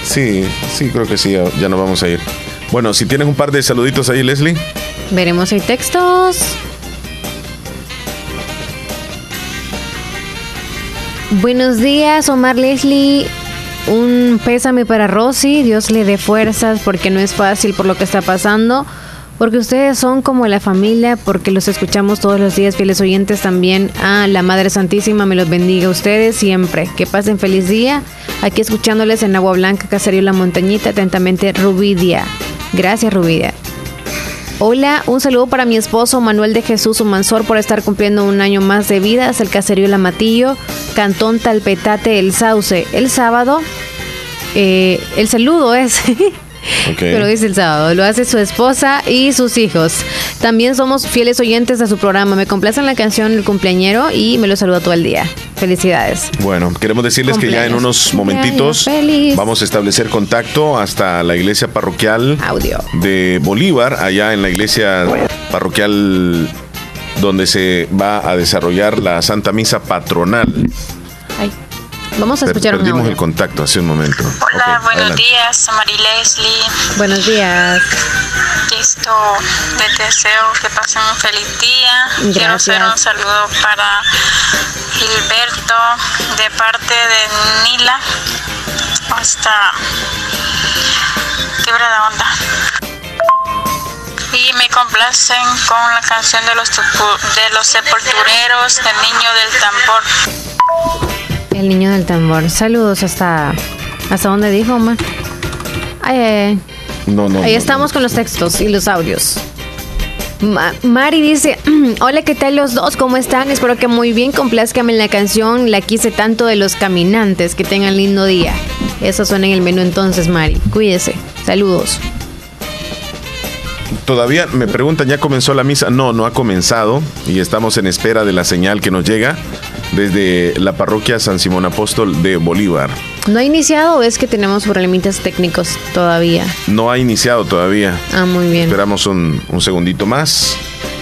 Sí, creo que sí, ya nos vamos a ir. Bueno, si tienes un par de saluditos ahí, Leslie. Veremos si hay textos. Buenos días, Omar, Leslie. Un pésame para Rosy. Dios le dé fuerzas porque no es fácil por lo que está pasando. Porque ustedes son como la familia, porque los escuchamos todos los días, fieles oyentes también. La Madre Santísima me los bendiga a ustedes siempre. Que pasen feliz día. Aquí escuchándoles en Agua Blanca, Caserío La Montañita. Atentamente, Rubidia. Gracias, Rubidia. Hola, un saludo para mi esposo Manuel de Jesús Humansor por estar cumpliendo un año más de vida. Es el Caserío La Matillo, Cantón Talpetate, El Sauce. El sábado, el saludo es... Okay. Pero dice el sábado, lo hace su esposa y sus hijos. También somos fieles oyentes de su programa. Me complacen la canción El Cumpleañero y me lo saluda todo el día. Felicidades. Bueno, queremos decirles que ya en unos momentitos vamos a establecer contacto hasta la iglesia parroquial de Bolívar, allá en la iglesia parroquial donde se va a desarrollar la Santa Misa Patronal. Ay. Vamos a escuchar Perdimos el contacto hace un momento. Hola, buenos días, Mari Leslie. Buenos días. Esto, les deseo que pasen un feliz día. Gracias. Quiero hacer un saludo para Gilberto, de parte de Nila, hasta Quebrada Onda. Y me complacen con la canción de los sepultureros, El Niño del Tambor. El Niño del Tambor. Saludos hasta dónde dijo, Omar. No. Ahí estamos con los textos y los audios. Mari dice: hola, ¿qué tal los dos? ¿Cómo están? Espero que muy bien. Complázcame en la canción La Quise Tanto de Los Caminantes. Que tengan lindo día. Eso suena en el menú entonces, Mari. Cuídese. Saludos. Todavía me preguntan, ¿ya comenzó la misa? No ha comenzado y estamos en espera de la señal que nos llega desde la parroquia San Simón Apóstol de Bolívar. ¿No ha iniciado o es que tenemos problemitas técnicos todavía? No ha iniciado todavía. Muy bien. Esperamos un segundito más.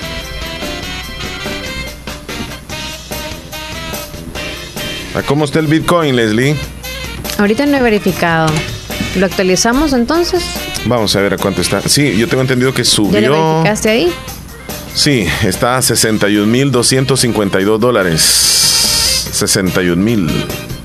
¿Cómo está el Bitcoin, Leslie? Ahorita no he verificado. ¿Lo actualizamos entonces? Vamos a ver a cuánto está. Sí, yo tengo entendido que subió. ¿Ya lo verificaste ahí? Sí, está a $61,252. 61,000.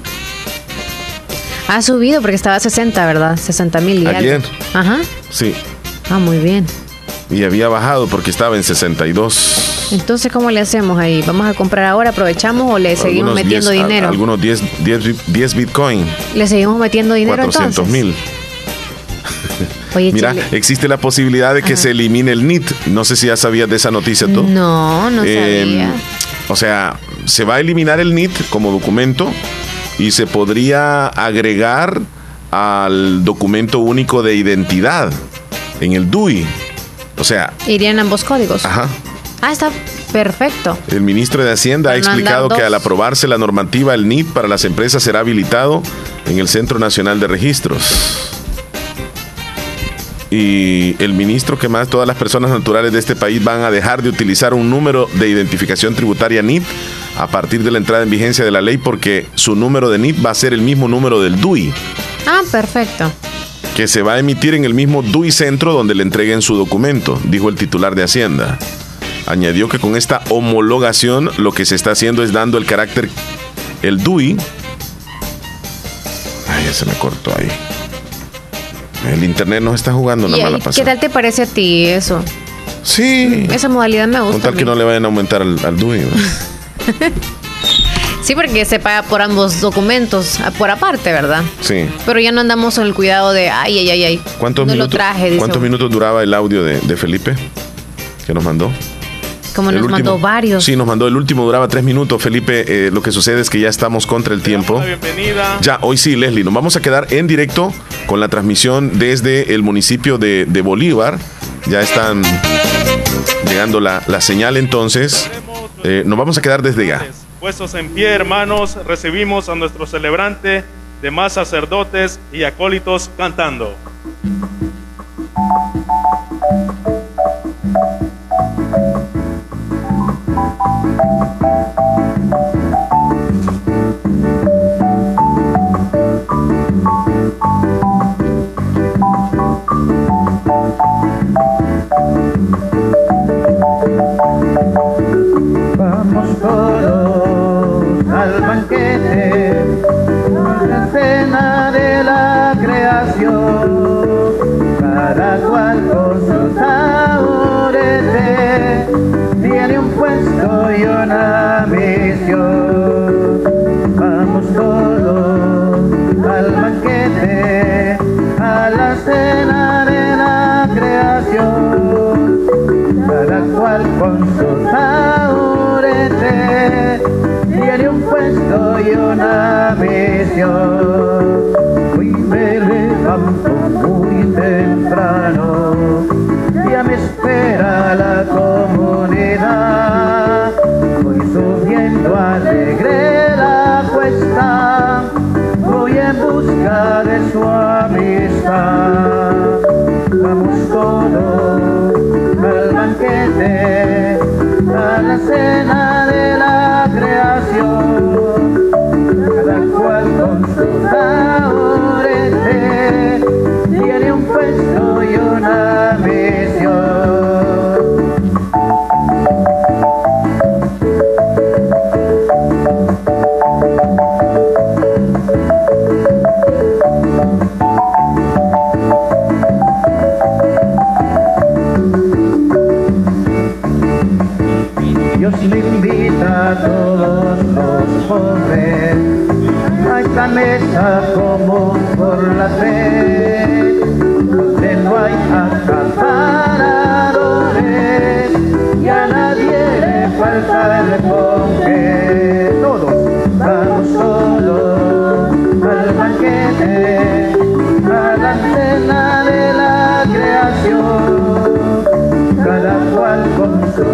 Ha subido porque estaba a 60, ¿verdad? 60,000 y ayer. Algo. Ajá. Sí. Muy bien. Y había bajado porque estaba en 62. Entonces, ¿cómo le hacemos ahí? ¿Vamos a comprar ahora, aprovechamos o le seguimos metiendo dinero? Algunos 10 Bitcoin. ¿Le seguimos metiendo dinero 400,000. Oye, mira, Chile, existe la posibilidad de que se elimine el NIT. No sé si ya sabías de esa noticia tú. No sabía. O sea, se va a eliminar el NIT como documento y se podría agregar al documento único de identidad en el DUI. O sea, irían ambos códigos. Ajá. Está perfecto. El ministro de Hacienda ha explicado que al aprobarse la normativa, el NIT para las empresas será habilitado en el Centro Nacional de Registros. Y el ministro que más, todas las personas naturales de este país van a dejar de utilizar un número de identificación tributaria NIT a partir de la entrada en vigencia de la ley, porque su número de NIT va a ser el mismo número del DUI. Perfecto. Que se va a emitir en el mismo DUI centro donde le entreguen su documento, dijo el titular de Hacienda. Añadió que con esta homologación lo que se está haciendo es dando el carácter, el DUI. Ya se me cortó ahí. El internet nos está jugando una mala pasada. ¿Qué tal te parece a ti eso? Sí. Esa modalidad me gusta. Con tal que no le vayan a aumentar al DUI. Sí, porque se paga por ambos documentos, por aparte, ¿verdad? Sí. Pero ya no andamos con el cuidado de ay. ¿Cuántos minutos duraba el audio de Felipe que nos mandó? Como nos mandó varios. Sí, nos mandó. El último duraba 3 minutos, Felipe. Lo que sucede es que ya estamos contra el tiempo. Bienvenida. Ya, hoy sí, Leslie, nos vamos a quedar en directo con la transmisión desde el municipio de Bolívar. Ya están llegando la señal, entonces. Nos vamos a quedar desde ya. Puestos en pie, hermanos, recibimos a nuestro celebrante, demás sacerdotes y acólitos cantando. igualdad. Vamos todos al banquete, a la cena de la creación, cada cual con su taburete tiene un puesto y una misión. Dios le invita a todos los pobres a esta mesa común por la fe, donde no hay acaparadores y a nadie le falta el reponque. Todos vamos todos al banquete, a la cena de la creación, cada cual con su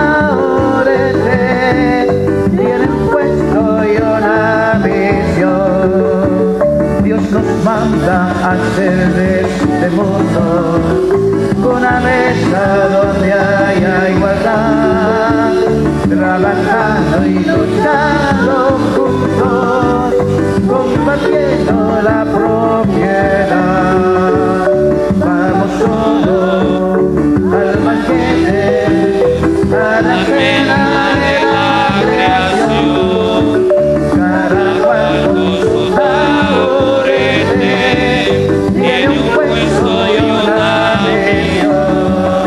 tiene un puesto y una misión. Dios nos manda a hacer de este mundo una mesa donde haya igualdad, trabajando y luchando juntos, compartiendo la propiedad. Vamos todos al banquete, a la cena de la creación, cada cual con su taburete tiene un puesto y una misión.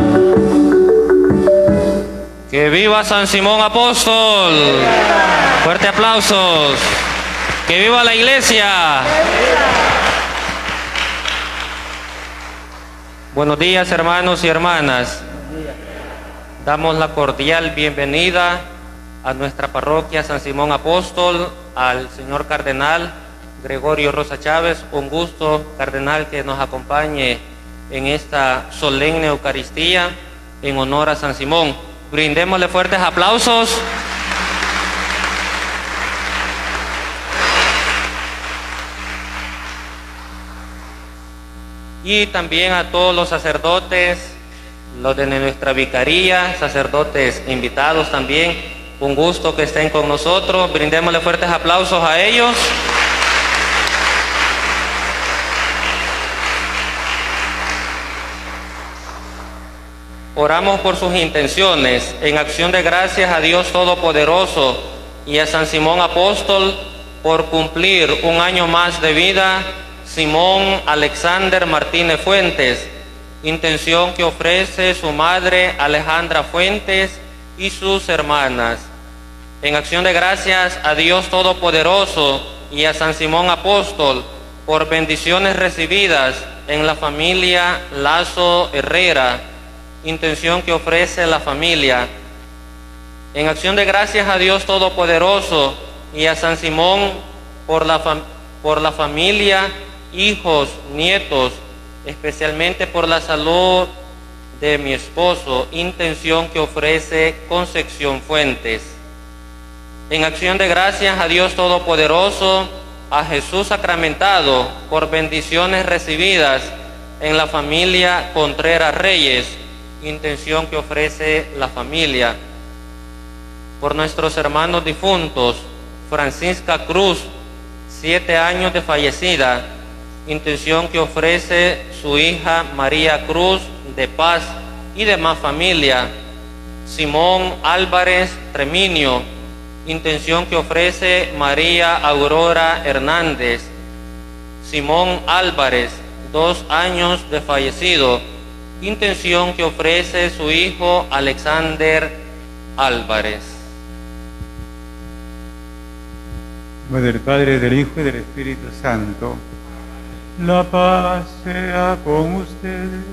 ¡Que viva San Simón Apóstol! Fuerte aplausos. ¡Que viva la iglesia! Buenos días, hermanos y hermanas. Damos la cordial bienvenida a nuestra parroquia San Simón Apóstol, al señor cardenal Gregorio Rosa Chávez. Un gusto, cardenal, que nos acompañe en esta solemne Eucaristía en honor a San Simón. Brindémosle fuertes aplausos. Y también a todos los sacerdotes, los de nuestra vicaría, sacerdotes invitados también, un gusto que estén con nosotros. Brindémosle fuertes aplausos a ellos. Oramos por sus intenciones, en acción de gracias a Dios Todopoderoso y a San Simón Apóstol por cumplir un año más de vida. Simón Alexander Martínez Fuentes, intención que ofrece su madre Alejandra Fuentes y sus hermanas. En acción de gracias a Dios Todopoderoso y a San Simón Apóstol por bendiciones recibidas en la familia Lazo Herrera, intención que ofrece la familia. En acción de gracias a Dios Todopoderoso y a San Simón por la familia, hijos, nietos, especialmente por la salud de mi esposo, intención que ofrece Concepción Fuentes. En acción de gracias a Dios Todopoderoso, a Jesús sacramentado, por bendiciones recibidas en la familia Contreras Reyes, intención que ofrece la familia. Por nuestros hermanos difuntos, Francisca Cruz, 7 años de fallecida, intención que ofrece su hija María Cruz de Paz y demás familia. Simón Álvarez Treminio, intención que ofrece María Aurora Hernández. Simón Álvarez, 2 años de fallecido, intención que ofrece su hijo Alexander Álvarez. Del Padre, del Hijo y del Espíritu Santo. La paz sea con ustedes.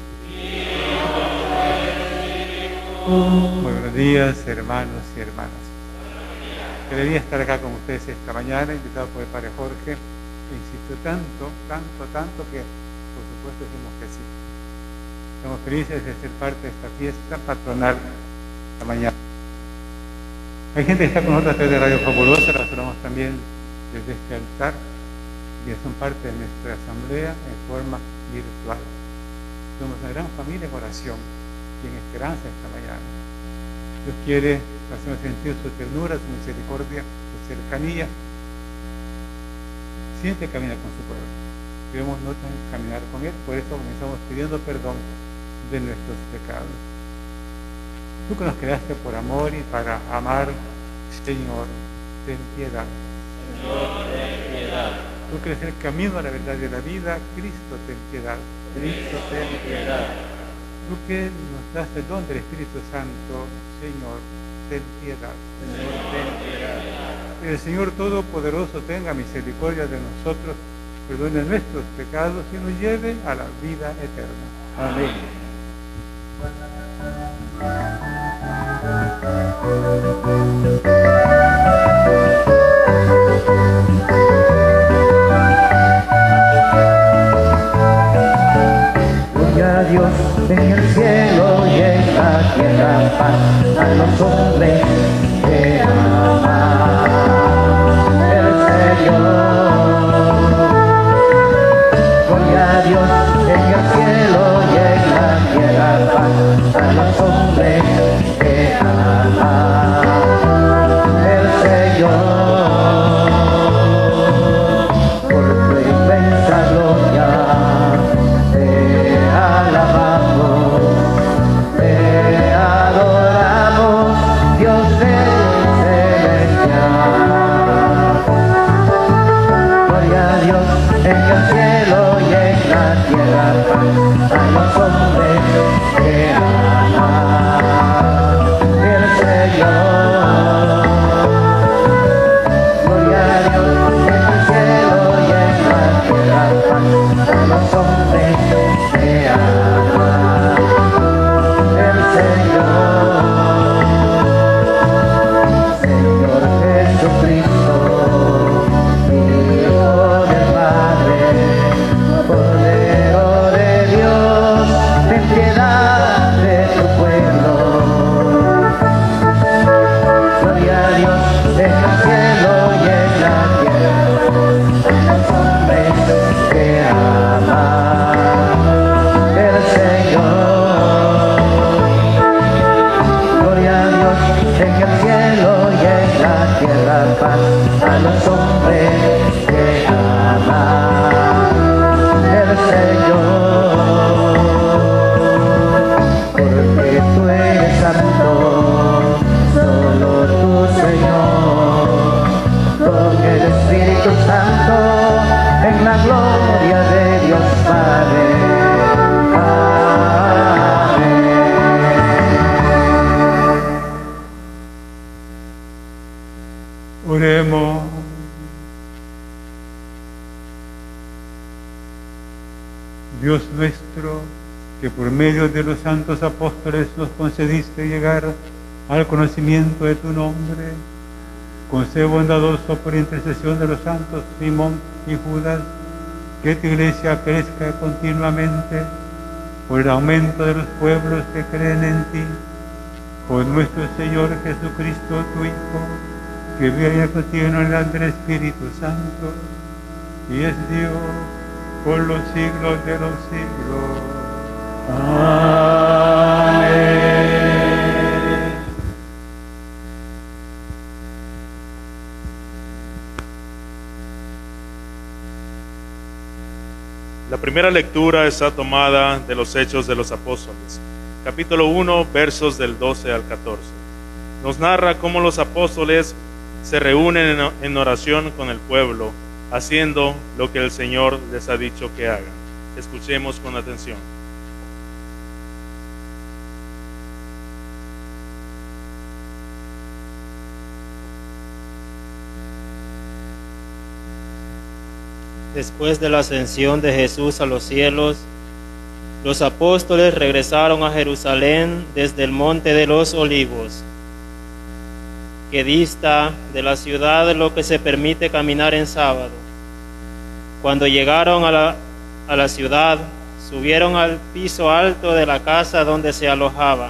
Buenos días, hermanos y hermanas. Quería estar acá con ustedes esta mañana, invitado por el Padre Jorge, que insistió tanto que por supuesto dijimos que sí. Estamos felices de ser parte de esta fiesta patronal esta mañana. Hay gente que está con nosotros a través de Radio Fabulosa, la saludamos también desde este altar. que son parte de nuestra asamblea en forma virtual. Somos una gran familia en oración y en esperanza esta mañana. Dios quiere hacernos sentir su ternura, su misericordia, su cercanía. Siempre camina con su pueblo. Queremos nosotros caminar con Él, por eso comenzamos pidiendo perdón de nuestros pecados. Tú que nos creaste por amor y para amar, Señor, ten piedad. Señor, ten piedad. Tú que eres el camino a la verdad de la vida, Cristo, ten piedad. Cristo, ten piedad. Tú que nos das el don del Espíritu Santo, Señor, ten piedad. Señor, ten piedad. El Señor Todopoderoso tenga misericordia de nosotros, perdone nuestros pecados y nos lleve a la vida eterna. Amén. Gloria a Dios en el cielo y en la tierra paz a los hombres que aman el Señor. Gloria a Dios en el cielo y en la tierra paz a los hombres que aman el Señor. Por tu inmensa gloria te alabamos, te adoramos, Dios celestial. Gloria a Dios en el cielo y en la tierra paz a los hombres que aman el Señor. Gloria a Dios en el cielo y en la tierra paz a los hombres que aman el Señor. Señor Jesucristo, Hijo del Padre, Cordero de Dios, ten piedad de tu pueblo. Gloria a Dios en el cielo y en la tierra, a los hombres que aman el Señor. Gloria a Dios en el cielo y en la tierra paz a los hombres que aman el Señor. Porque tú eres santo, solo tú, Señor, con el Espíritu Santo, en la gloria de Dios Padre. Amén. Oremos. Dios nuestro, que por medio de los santos apóstoles nos concediste llegar al conocimiento de tu nombre, concede bondadoso por intercesión de los santos Simón y Judas, que tu iglesia crezca continuamente por el aumento de los pueblos que creen en ti, por nuestro Señor Jesucristo, tu Hijo, que vive y contiene en el del Espíritu Santo, y es Dios por los siglos de los siglos. Amén. La primera lectura está tomada de los Hechos de los Apóstoles, capítulo 1, versos del 12 al 14. Nos narra cómo los apóstoles se reúnen en oración con el pueblo, haciendo lo que el Señor les ha dicho que hagan. Escuchemos con atención. Después de la ascensión de Jesús a los cielos, los apóstoles regresaron a Jerusalén desde el Monte de los Olivos, que dista de la ciudad lo que se permite caminar en sábado. Cuando llegaron a la ciudad, subieron al piso alto de la casa donde se alojaban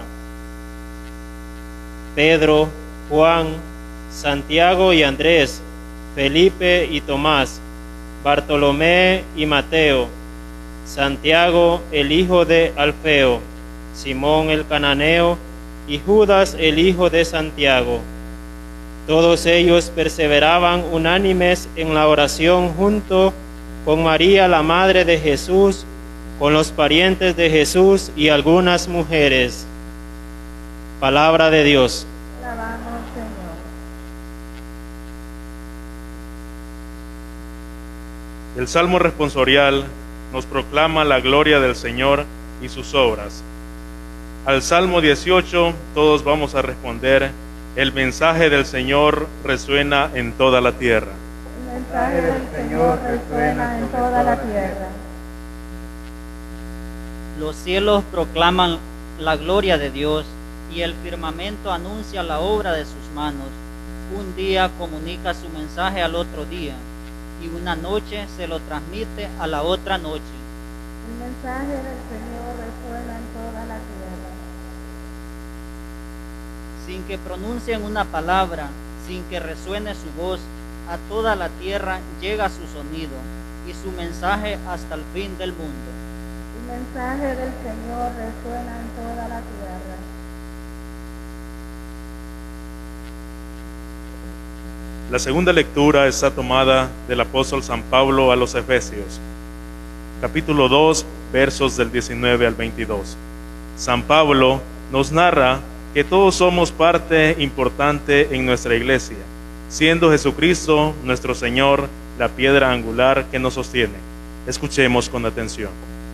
Pedro, Juan, Santiago y Andrés, Felipe y Tomás, Bartolomé y Mateo, Santiago el hijo de Alfeo, Simón el cananeo y Judas el hijo de Santiago. Todos ellos perseveraban unánimes en la oración junto con María la madre de Jesús, con los parientes de Jesús y algunas mujeres. Palabra de Dios. Alabamos, Señor. El Salmo responsorial nos proclama la gloria del Señor y sus obras. Al Salmo 18 todos vamos a responder: el mensaje del Señor resuena en toda la tierra. El mensaje del Señor resuena en toda la tierra. Los cielos proclaman la gloria de Dios y el firmamento anuncia la obra de sus manos. Un día comunica su mensaje al otro día y una noche se lo transmite a la otra noche. El mensaje del Señor resuena en toda la tierra. Sin que pronuncien una palabra, sin que resuene su voz, a toda la tierra llega su sonido y su mensaje hasta el fin del mundo. El mensaje del Señor resuena en toda la tierra. La segunda lectura está tomada del apóstol San Pablo a los Efesios, capítulo 2, versos del 19 al 22. San Pablo nos narra que todos somos parte importante en nuestra iglesia, siendo Jesucristo nuestro Señor la piedra angular que nos sostiene. Escuchemos con atención.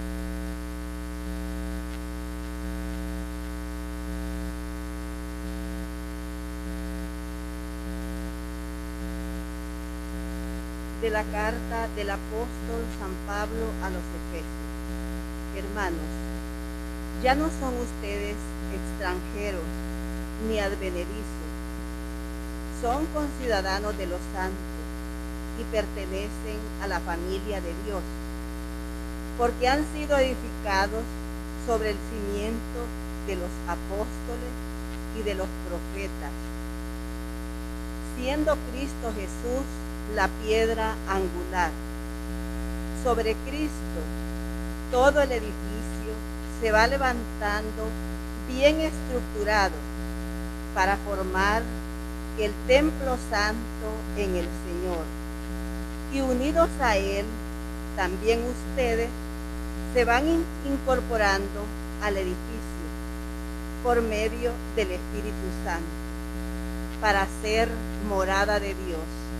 De la carta del apóstol San Pablo a los Efesios. Hermanos, ya no son ustedes extranjeros ni advenedizos, son conciudadanos de los santos y pertenecen a la familia de Dios, porque han sido edificados sobre el cimiento de los apóstoles y de los profetas, siendo Cristo Jesús la piedra angular. Sobre Cristo todo el edificio se va levantando bien estructurado para formar el templo santo en el Señor. Y unidos a Él, también ustedes se van incorporando al edificio por medio del Espíritu Santo para ser morada de Dios.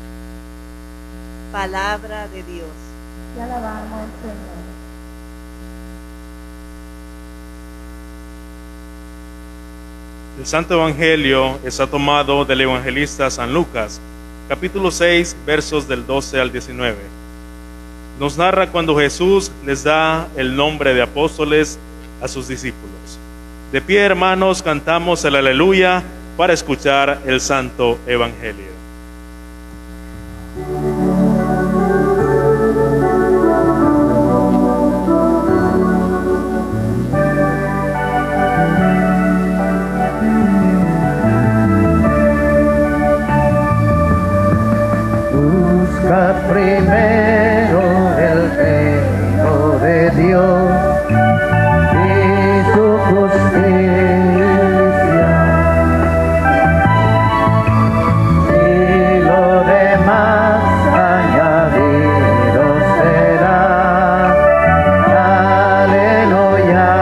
Palabra de Dios. Te alabamos, Señor. El Santo Evangelio está tomado del evangelista San Lucas, capítulo 6, versos del 12 al 19. Nos narra cuando Jesús les da el nombre de apóstoles a sus discípulos. De pie, hermanos, cantamos el aleluya para escuchar el Santo Evangelio. Primero el reino de Dios y su justicia, y lo demás añadido será. Aleluya,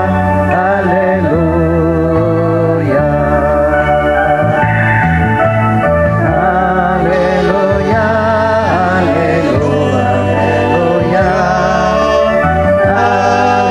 aleluya, aleluya.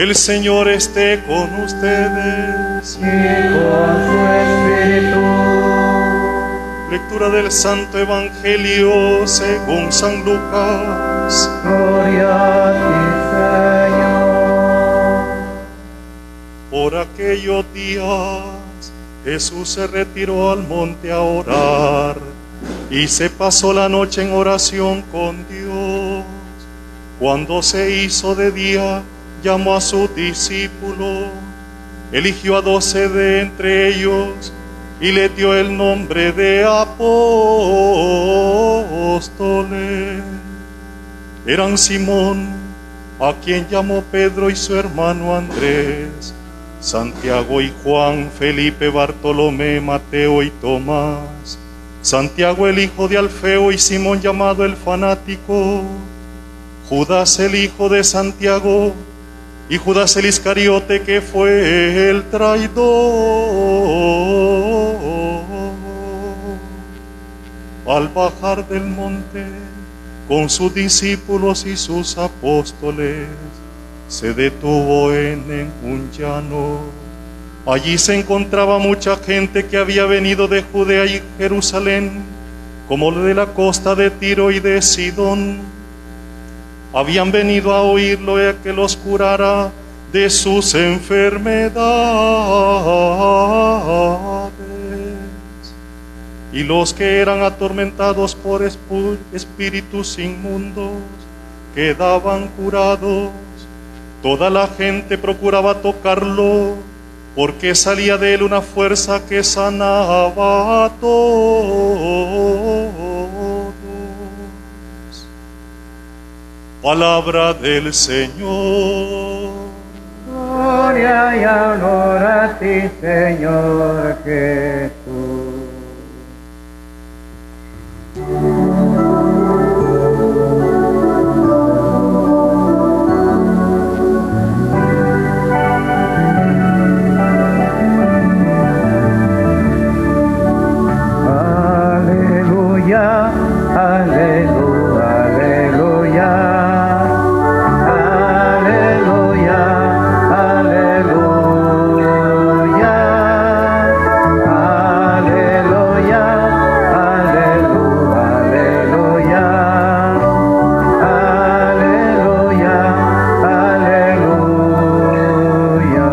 El Señor esté con ustedes. Y con su espíritu. Lectura del Santo Evangelio según San Lucas. Gloria a ti, Señor. Por aquellos días Jesús se retiró al monte a orar y se pasó la noche en oración con Dios. Cuando se hizo de día, llamó a sus discípulos, eligió a 12 de entre ellos y les dio el nombre de apóstoles. Eran Simón, a quien llamó Pedro, y su hermano Andrés, Santiago y Juan, Felipe, Bartolomé, Mateo y Tomás, Santiago el hijo de Alfeo y Simón llamado el fanático, Judas el hijo de Santiago y Judas el Iscariote, que fue el traidor. Al bajar del monte con sus discípulos y sus apóstoles, se detuvo en un llano. Allí se encontraba mucha gente que había venido de Judea y Jerusalén, como de la costa de Tiro y de Sidón. Habían venido a oírlo y a que los curara de sus enfermedades. Y los que eran atormentados por espíritus inmundos quedaban curados. Toda la gente procuraba tocarlo, porque salía de él una fuerza que sanaba a todos. Palabra del Señor. Gloria y honor a ti, Señor Jesús. Aleluya, aleluya, aleluya, aleluya, aleluya, aleluya, aleluya, aleluya, aleluya.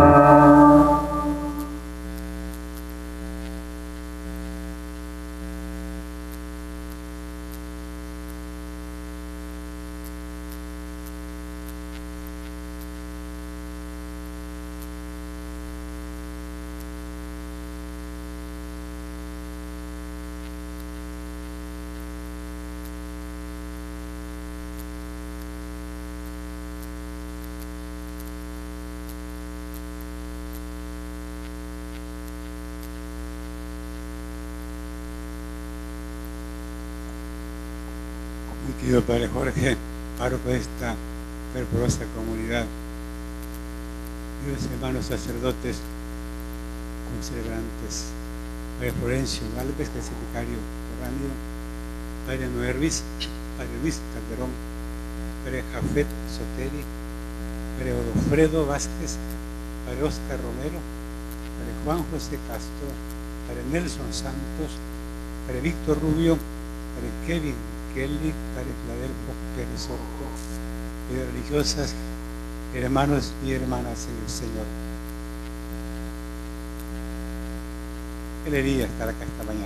Mi querido Padre Jorge, párroco de esta fervorosa comunidad, queridos hermanos sacerdotes, concelebrantes, Padre Florencio Galvez, que es el vicario foráneo, Padre Noé Ruiz, Padre Luis Calderón, Padre Jafet Soteri, Padre Odofredo Vázquez, Padre Oscar Romero, Padre Juan José Castro, Padre Nelson Santos, Padre Víctor Rubio, Padre Kevin Kelly, Padre Filadelfo Pérez Orco, y religiosas, hermanos y hermanas en el Señor. Qué alegría estar acá esta mañana.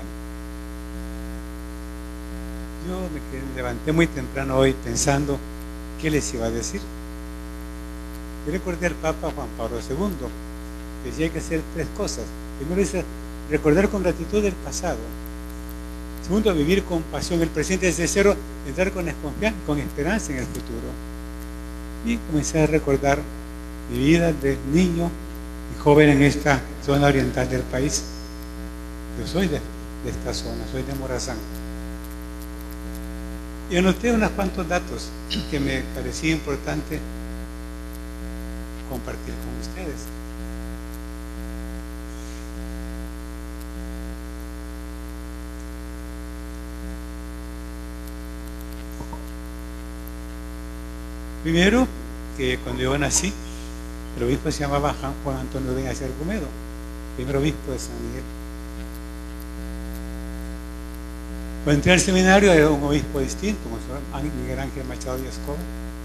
Yo me levanté muy temprano hoy pensando qué les iba a decir. Yo recordé al Papa Juan Pablo II que decía que hacer 3 cosas. Primero es recordar con gratitud el pasado. Segundo, vivir con pasión el presente desde cero, entrar con esperanza en el futuro. Y comencé a recordar mi vida de niño y joven en esta zona oriental del país. Yo soy de esta zona, soy de Morazán. Y anoté unos cuantos datos que me parecía importante compartir con ustedes. Primero, que cuando yo nací, El obispo se llamaba Juan Antonio Beñas Argumedo, primer obispo de San Miguel. Cuando entré al seminario era un obispo distinto, Miguel Ángel Machado y Escobar.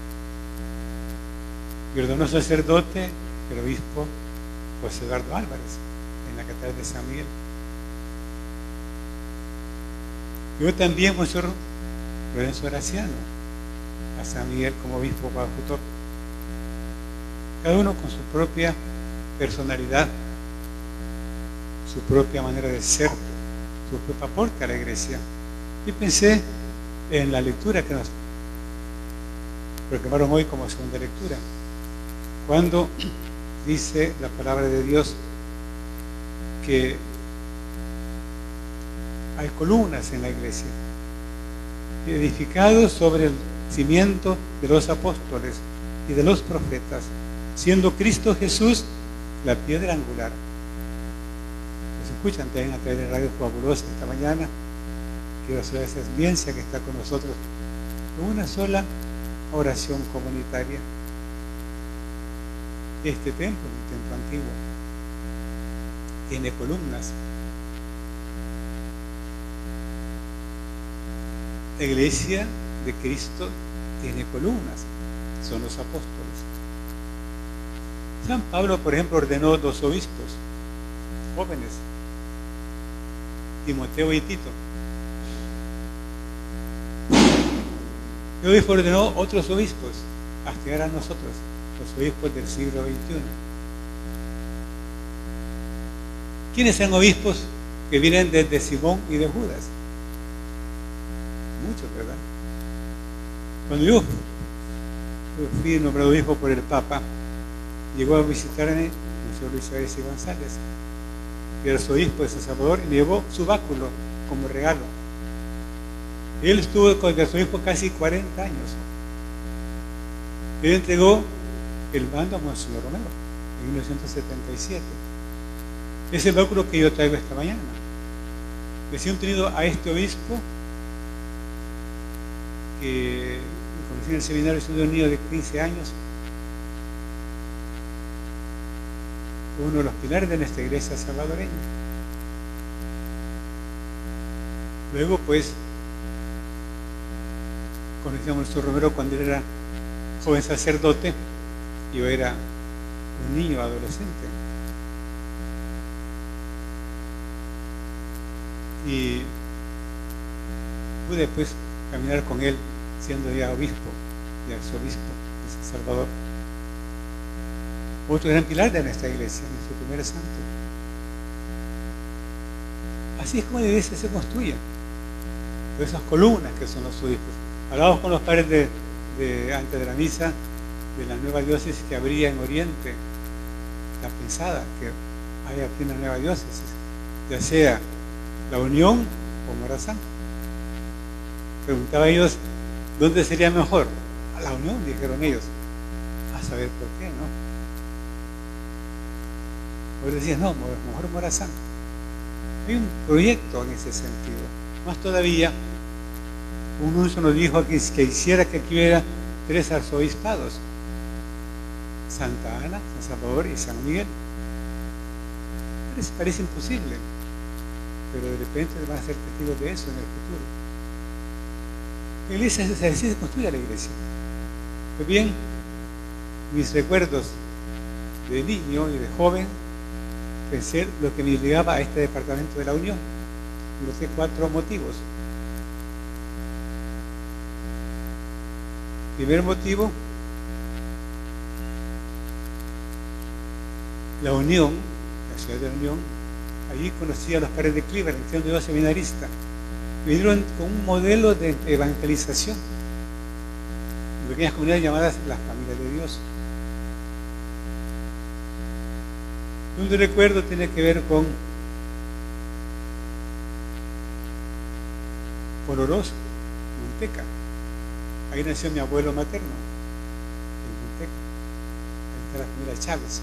Y ordenó sacerdote el obispo José Eduardo Álvarez en la catedral de San Miguel. Yo también, Monseñor Lorenzo Graciano, a San Miguel como obispo coadjutor. Cada uno con su propia personalidad, su propia manera de ser, su propio aporte a la iglesia. Y pensé en la lectura que nos proclamaron hoy como segunda lectura, cuando dice la palabra de Dios que hay columnas en la iglesia, edificados sobre el cimiento de los apóstoles y de los profetas, siendo Cristo Jesús la piedra angular. Nos escuchan también a través de Radio Fabulosa esta mañana. Quiero hacer esa experiencia que está con nosotros con una sola oración comunitaria. Este templo, un templo antiguo, tiene columnas. La iglesia de Cristo tiene columnas, son los apóstoles. San Pablo, por ejemplo, ordenó 2 obispos jóvenes, Timoteo y Tito. El obispo ordenó otros obispos hasta llegar a nosotros, los obispos del siglo XXI. ¿Quiénes son obispos que vienen desde Simón y de Judas? Muchos, ¿verdad? Cuando yo fui nombrado obispo por el Papa, llegó a visitarme el señor Luis Ares y González, que era su obispo de San Salvador, y me llevó su báculo como regalo. Él estuvo con el obispo casi 40 años. Él entregó el mando a Monseñor Romero en 1977. Es el báculo que yo traigo esta mañana. Recién tenido a este obispo que conocí en el seminario, siendo un niño de 15 años, fue uno de los pilares de nuestra iglesia salvadoreña. Luego, pues, conocí a Monseñor Romero cuando él era joven sacerdote, yo era un niño adolescente. Y pude, pues, caminar con él siendo ya obispo y arzobispo de San Salvador. Otro gran pilar de nuestra iglesia, nuestro primer santo. Así es como la iglesia se construye, por esas columnas que son los obispos. Hablamos con los padres antes de la misa de la nueva diócesis que habría en Oriente, la pensada que hay aquí una nueva diócesis, ya sea La Unión o Morazán. Preguntaba a ellos dónde sería mejor. A La Unión, dijeron ellos. A saber por qué, ¿no? Pues decían, no, mejor Morazán. Hay un proyecto en ese sentido. Más todavía, un nuncio nos dijo que quisiera que aquí hubiera 3 arzobispados: Santa Ana, San Salvador y San Miguel. Parece imposible, pero de repente van a ser testigos de eso en el futuro. La iglesia se construye la iglesia. Pues bien, mis recuerdos de niño y de joven, pensé lo que me ligaba a este departamento de la Unión. Noté 4 motivos. Primer motivo, la Unión, la ciudad de la Unión. Allí conocí a los padres de Cleveland, siendo yo seminarista. Me dieron con un modelo de evangelización en pequeñas comunidades llamadas las familias de Dios. Un recuerdo tiene que ver con Oloroso, Monteca. Ahí nació mi abuelo materno, en Monteca. Ahí está la familia Chávez.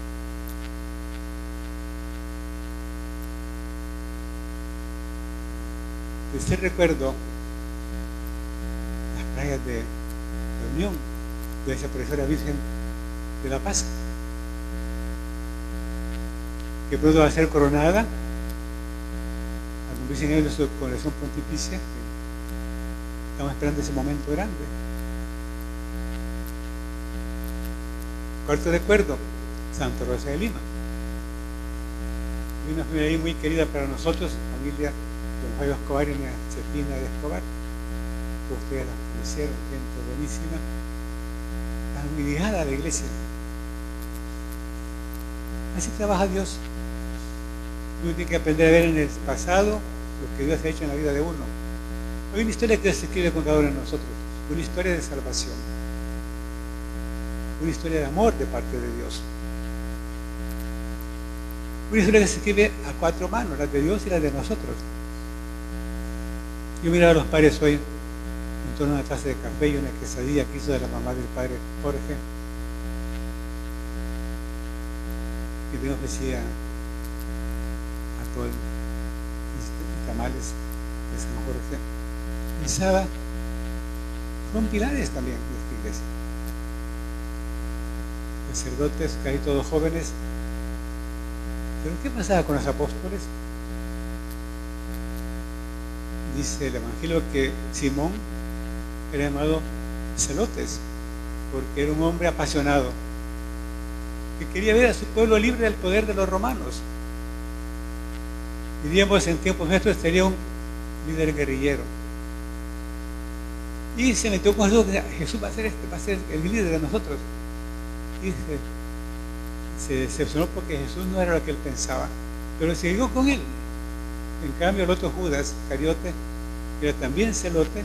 Tercer recuerdo, las playas de la Unión, de esa profesora Virgen de la Paz, que pronto va a ser coronada, como dicen ellos, su coronación pontificia. Estamos esperando ese momento grande. Cuarto recuerdo, Santa Rosa de Lima. Hay una familia ahí muy querida para nosotros, familia de don Jairo Escobar y doña Cepina de Escobar. Todos ustedes la conocieron, gente buenísima, tan muy ligada a la iglesia. Así trabaja Dios. Uno tiene que aprender a ver en el pasado lo que Dios ha hecho en la vida de uno. Hay una historia que Dios escribe con cada uno de nosotros, una historia de salvación, una historia de amor de parte de Dios. Una historia que se escribe a cuatro manos, la de Dios y la de nosotros. Yo miraba a los padres hoy en torno a una taza de café y una quesadilla que hizo de la mamá del padre Jorge, y me ofrecía atol y tamales de San Jorge. Pensaba, son pilares también de esta iglesia. Sacerdotes, casi todos jóvenes. Pero ¿qué pasaba con los apóstoles? Dice el Evangelio que Simón era llamado Celotes, porque era un hombre apasionado, que quería ver a su pueblo libre del poder de los romanos. Diríamos en tiempos nuestros, sería un líder guerrillero. Y se metió con Jesús, que Jesús va a ser el líder de nosotros. Y se decepcionó porque Jesús no era lo que él pensaba, pero siguió con él. En cambio, el otro Judas Iscariote, que era también celote,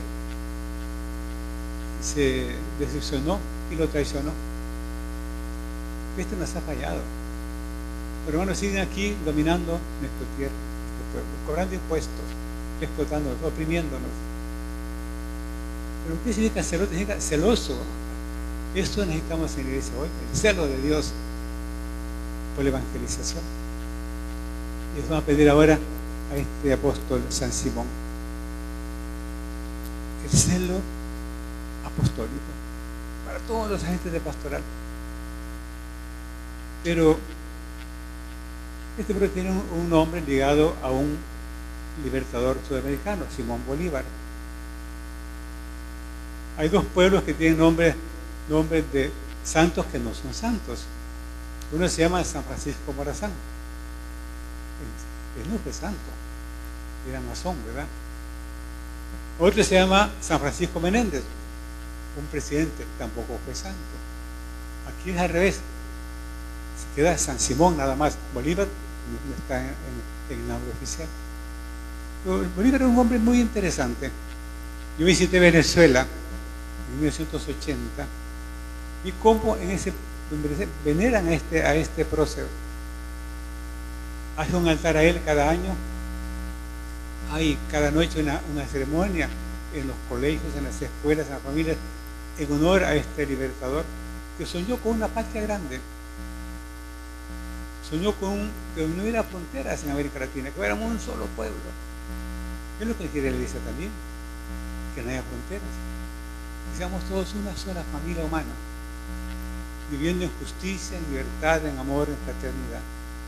se decepcionó y lo traicionó. Esto nos ha fallado. Los hermanos siguen aquí dominando nuestra tierra, nuestro pueblo, cobrando impuestos, explotándonos, oprimiéndonos. Pero ¿qué significa celote? Significa celoso. Esto necesitamos en la iglesia hoy, el celo de Dios por la evangelización. Y eso vamos a pedir ahora a este apóstol San Simón. El celo apostólico para todos los agentes de pastoral. Pero este pueblo tiene un nombre ligado a un libertador sudamericano, Simón Bolívar. Hay dos pueblos que tienen nombres de santos que no son santos. Uno se llama San Francisco Morazán. Él no fue santo, era masón, ¿verdad? Otro se llama San Francisco Menéndez, un presidente, tampoco fue santo. Aquí es al revés, se queda San Simón nada más. Bolívar no está en el nombre oficial. Pero Bolívar era un hombre muy interesante. Yo visité Venezuela en 1980 y cómo en ese veneran a este prócer. Hace un altar a él cada año. Hay cada noche una ceremonia en los colegios, en las escuelas, en las familias, en honor a este libertador que soñó con una patria grande. Soñó con que no hubiera fronteras en América Latina, que fuéramos un solo pueblo. Es lo que quiere la iglesia también, que no haya fronteras. Que seamos todos una sola familia humana, viviendo en justicia, en libertad, en amor, en fraternidad.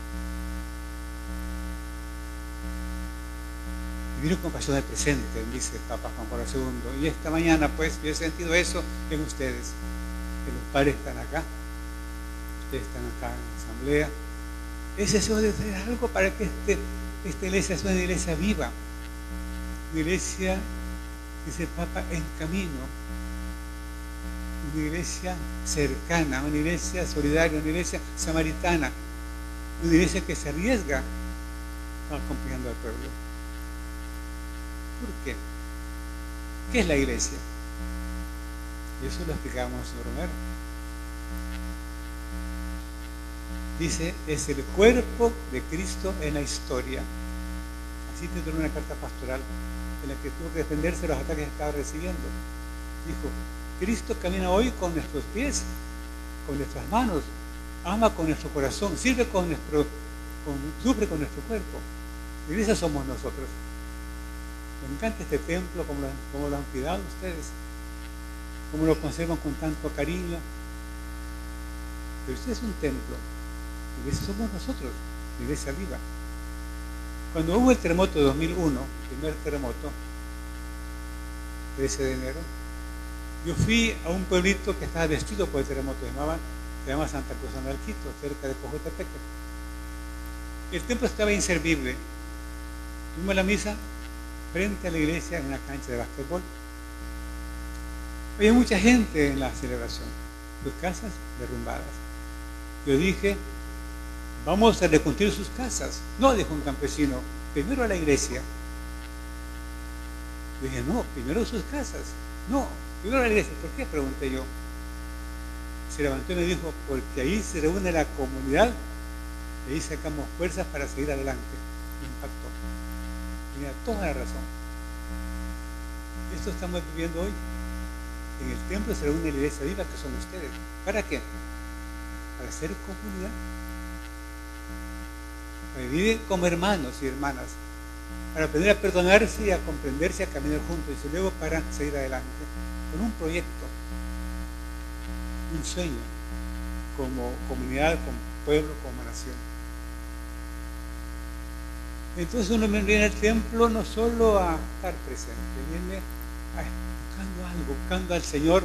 Vivir con pasión del presente, dice el Papa Juan Pablo II. Y esta mañana, pues, yo he sentido eso en ustedes. Que los padres están acá, ustedes están acá en la asamblea. Es eso de hacer algo para que esta iglesia sea una iglesia viva. Una iglesia, dice el Papa, en camino. Una iglesia cercana, una iglesia solidaria, una iglesia samaritana. Una iglesia que se arriesga acompañando al pueblo. ¿Por qué? ¿Qué es la iglesia? Y eso lo explicamos Romero. Dice, es el cuerpo de Cristo en la historia. Así tituló una carta pastoral en la que tuvo que defenderse de los ataques que estaba recibiendo. Dijo, Cristo camina hoy con nuestros pies, con nuestras manos, ama con nuestro corazón, sufre con nuestro cuerpo. La iglesia somos nosotros. Me encanta este templo, como lo han cuidado ustedes, como lo conservan con tanto cariño. Pero usted es un templo, la iglesia somos nosotros, la iglesia viva. Cuando hubo el terremoto de 2001, el primer terremoto, 13 de enero, yo fui a un pueblito que estaba destruido por el terremoto, se llama Santa Cruz Analquito, cerca de Cojutepeque. El templo estaba inservible. Tuvimos la misa frente a la iglesia en una cancha de básquetbol. Había mucha gente en la celebración, sus casas derrumbadas. Yo dije, vamos a reconstruir sus casas. No, dijo un campesino, primero a la iglesia. Yo dije, no, primero sus casas. No, primero a la iglesia. ¿Por qué? Pregunté yo. Se levantó y me dijo, porque ahí se reúne la comunidad y ahí sacamos fuerzas para seguir adelante. Me impactó. Tenía toda la razón. Esto estamos viviendo hoy. En el templo se reúne la iglesia viva, que son ustedes. ¿Para qué? Para ser comunidad. Para vivir como hermanos y hermanas. Para aprender a perdonarse y a comprenderse, a caminar juntos. Y luego para seguir adelante. Con un proyecto. Un sueño. Como comunidad, como pueblo, como nación. Entonces uno viene al templo no solo a estar presente, viene buscando algo, buscando al Señor.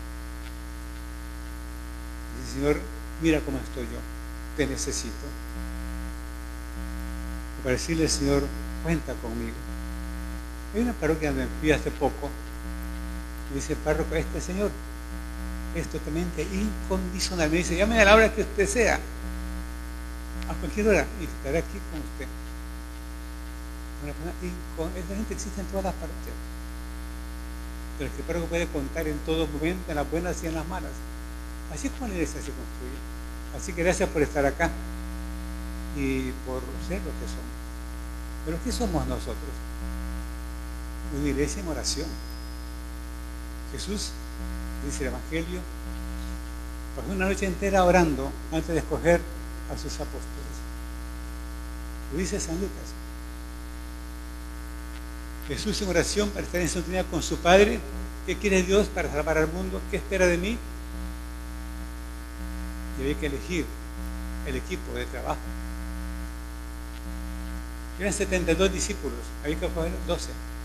Dice, Señor, mira cómo estoy yo, te necesito. Para decirle, Señor, cuenta conmigo. Hay una parroquia donde fui hace poco, y dice el párroco, Señor es totalmente incondicional. Me dice, llame a la hora que usted sea, a cualquier hora, y estaré aquí con usted. Esa gente existe en todas las parroquias. Pero el párroco puede contar en todo momento, en las buenas y en las malas. Así es como la iglesia se construye. Así que gracias por estar acá y por ser lo que somos. Pero ¿qué somos nosotros? Una iglesia en oración. Jesús, dice el Evangelio, pasó una noche entera orando antes de escoger a sus apóstoles. Lo dice San Lucas. Jesús en oración para estar en sintonía con su Padre. ¿Qué quiere Dios para salvar al mundo? ¿Qué espera de mí? Y había que elegir el equipo de trabajo. Eran 72 discípulos, había que escoger 12.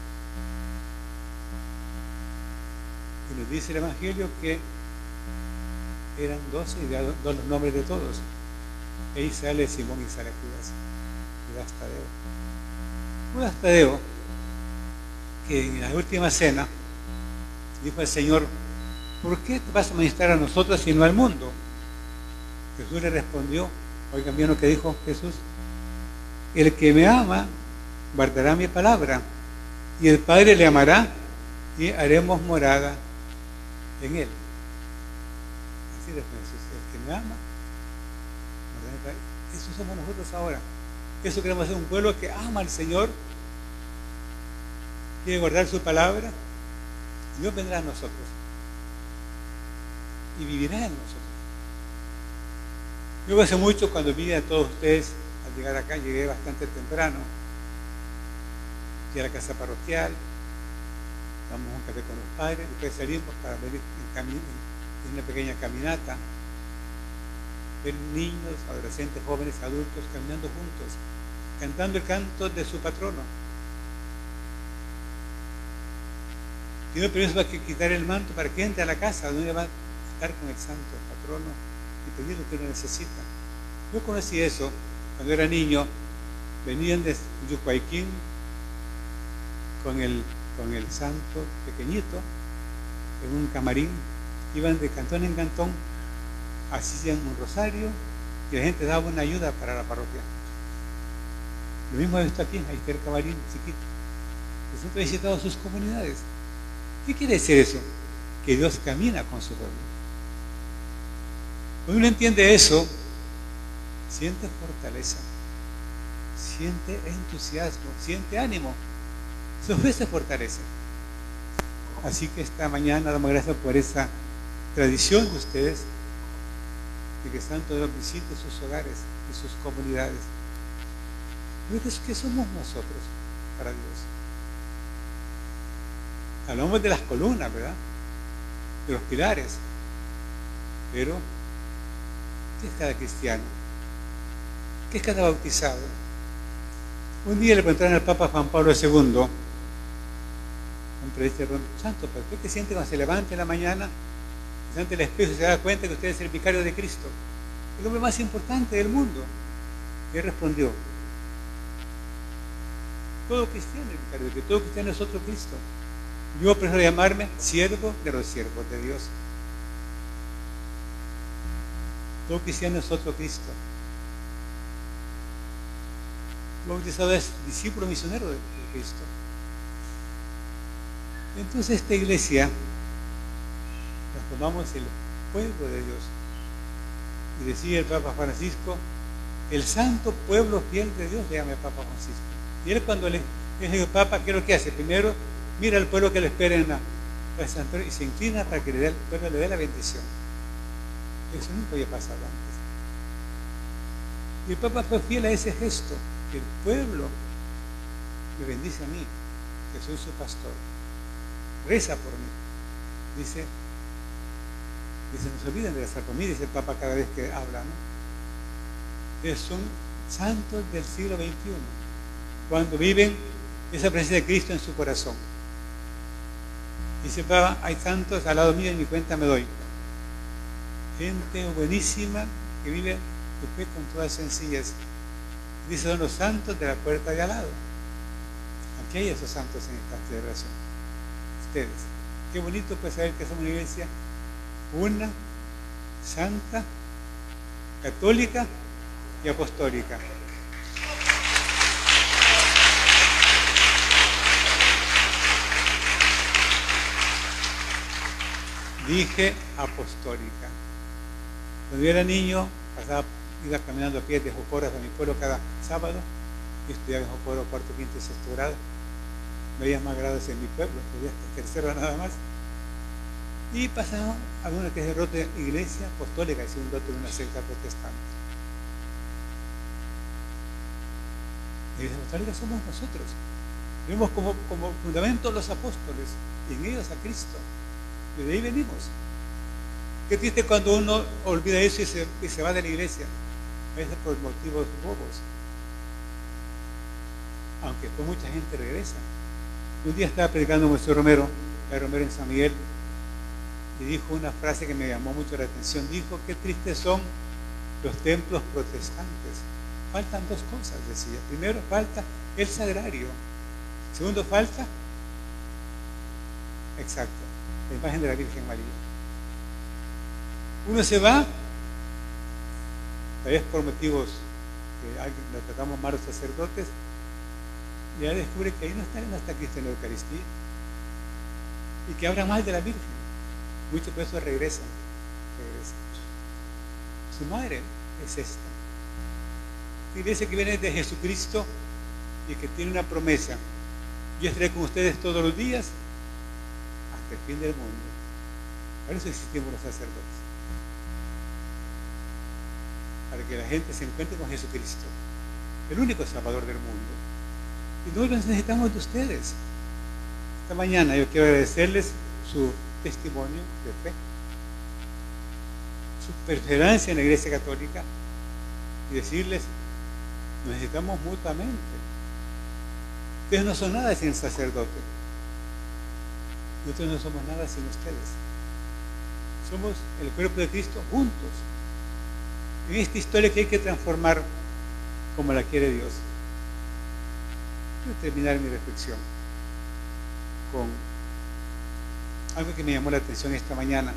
Y nos dice el Evangelio que eran 12 y da los nombres de todos. Ahí sale Simón y sale Judas Tadeo. Judas Tadeo, que en la última cena dijo al Señor, ¿por qué te vas a ministrar a nosotros y no al mundo? Jesús le respondió, oigan bien lo que dijo Jesús, el que me ama guardará mi palabra y el Padre le amará y haremos morada en él. Así respondió Jesús, el que me ama guardará mi palabra. Eso somos nosotros ahora. Eso queremos ser un pueblo que ama al Señor, quiere guardar su palabra, Dios vendrá a nosotros y vivirá en nosotros. Yo hace mucho, cuando vi a todos ustedes al llegar acá, llegué bastante temprano, fui a la casa parroquial, damos un café con los padres, después salimos para ver en una pequeña caminata, ver niños, adolescentes, jóvenes, adultos caminando juntos, cantando el canto de su patrono. Pido permiso para que quitar el manto para que entre a la casa donde va a estar con el santo patrono y pedir lo que uno necesita. Yo conocí eso cuando era niño. Venían de Yucuayquín con el santo pequeñito en un camarín, iban de cantón en cantón, hacían un rosario y la gente daba una ayuda para la parroquia. Lo mismo he visto aquí, ahí está el camarín chiquito. El santo ha visitado sus comunidades. ¿Qué quiere decir eso? Que Dios camina con su pueblo. Cuando uno entiende eso, siente fortaleza, siente entusiasmo, siente ánimo. Su fe se fortalece. Así que esta mañana damos gracias por esa tradición de ustedes, de que Santo Dios visite sus hogares y sus comunidades. ¿Qué somos nosotros para Dios? Hablamos de las columnas, ¿verdad? De los pilares. Pero, ¿qué es cada cristiano? ¿Qué es cada bautizado? Un día le preguntaron al Papa Juan Pablo II, un predicador, santo, ¿pero usted qué siente cuando se levanta en la mañana, se ante el espejo y se da cuenta que usted es el vicario de Cristo, el hombre más importante del mundo? Y él respondió, todo cristiano es vicario de Cristo, todo cristiano es otro Cristo. Yo prefiero llamarme siervo de los siervos de Dios. Todo cristiano es otro Cristo. El bautizado es discípulo misionero de Cristo. Entonces esta iglesia la tomamos el pueblo de Dios. Y decía el Papa Francisco, el santo pueblo fiel de Dios, le llama el Papa Francisco. Y él cuando le dice al Papa, ¿qué es lo que hace? Primero mira al pueblo que le espera en la santuario y se inclina para que el pueblo le dé la bendición. Eso nunca había pasado antes. Y el Papa fue fiel a ese gesto, que el pueblo me bendice a mí, que soy su pastor. Reza por mí. Dice, no se olviden de rezar por mí, dice el Papa cada vez que habla, ¿no? Que son santos del siglo XXI, cuando viven esa presencia de Cristo en su corazón. Dice el Papa, hay santos al lado mío y en mi cuenta me doy. Gente buenísima que vive su fe con toda sencillez. Dice, son los santos de la puerta de al lado. Aquí hay esos santos en esta celebración. Ustedes. Qué bonito pues saber que somos una iglesia una, santa, católica y apostólica. Dije apostólica. Cuando yo era niño, iba caminando a pie de Jocoro hasta mi pueblo cada sábado. Yo estudiaba en Jocoro, cuarto, quinto y sexto grado. Veía más grados en mi pueblo, estudié hasta tercero nada más. Y pasamos a una que es de rote iglesia apostólica, y un dote de una secta protestante. La iglesia apostólica somos nosotros. Vemos como fundamento los apóstoles, y en ellos a Cristo. Y de ahí venimos. Qué triste cuando uno olvida eso y se va de la iglesia, a veces por motivos bobos. Aunque pues mucha gente regresa. Un día estaba predicando José Romero en San Miguel, y dijo una frase que me llamó mucho la atención. Dijo, qué tristes son los templos protestantes. Faltan dos cosas, decía. Primero, falta el sagrario. Segundo, falta, exacto, la imagen de la Virgen María. Uno se va, tal vez por motivos que la tratamos mal los sacerdotes, y ya descubre que ahí no está Cristo en la Eucaristía, y que habla mal de la Virgen. Muchos por eso regresan. Su madre es esta. La iglesia que viene de Jesucristo y que tiene una promesa. Yo estaré con ustedes todos los días hasta el fin del mundo. Para eso existimos los sacerdotes. Para que la gente se encuentre con Jesucristo, el único Salvador del mundo. Y nosotros necesitamos de ustedes. Esta mañana yo quiero agradecerles su testimonio de fe, su perseverancia en la Iglesia Católica, y decirles, nos necesitamos mutuamente. Ustedes no son nada sin el sacerdote. Nosotros no somos nada sin ustedes. Somos el cuerpo de Cristo juntos. En esta historia que hay que transformar como la quiere Dios. Quiero terminar mi reflexión con algo que me llamó la atención esta mañana.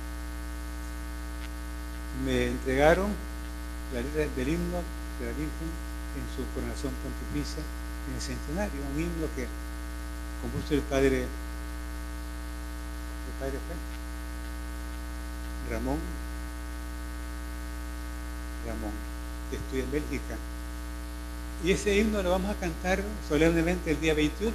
Me entregaron la letra del himno de la Virgen en su coronación pontificia en el centenario, un himno que compuso el padre Ramón, que estudia en Bélgica. Y ese himno lo vamos a cantar solemnemente el día 21.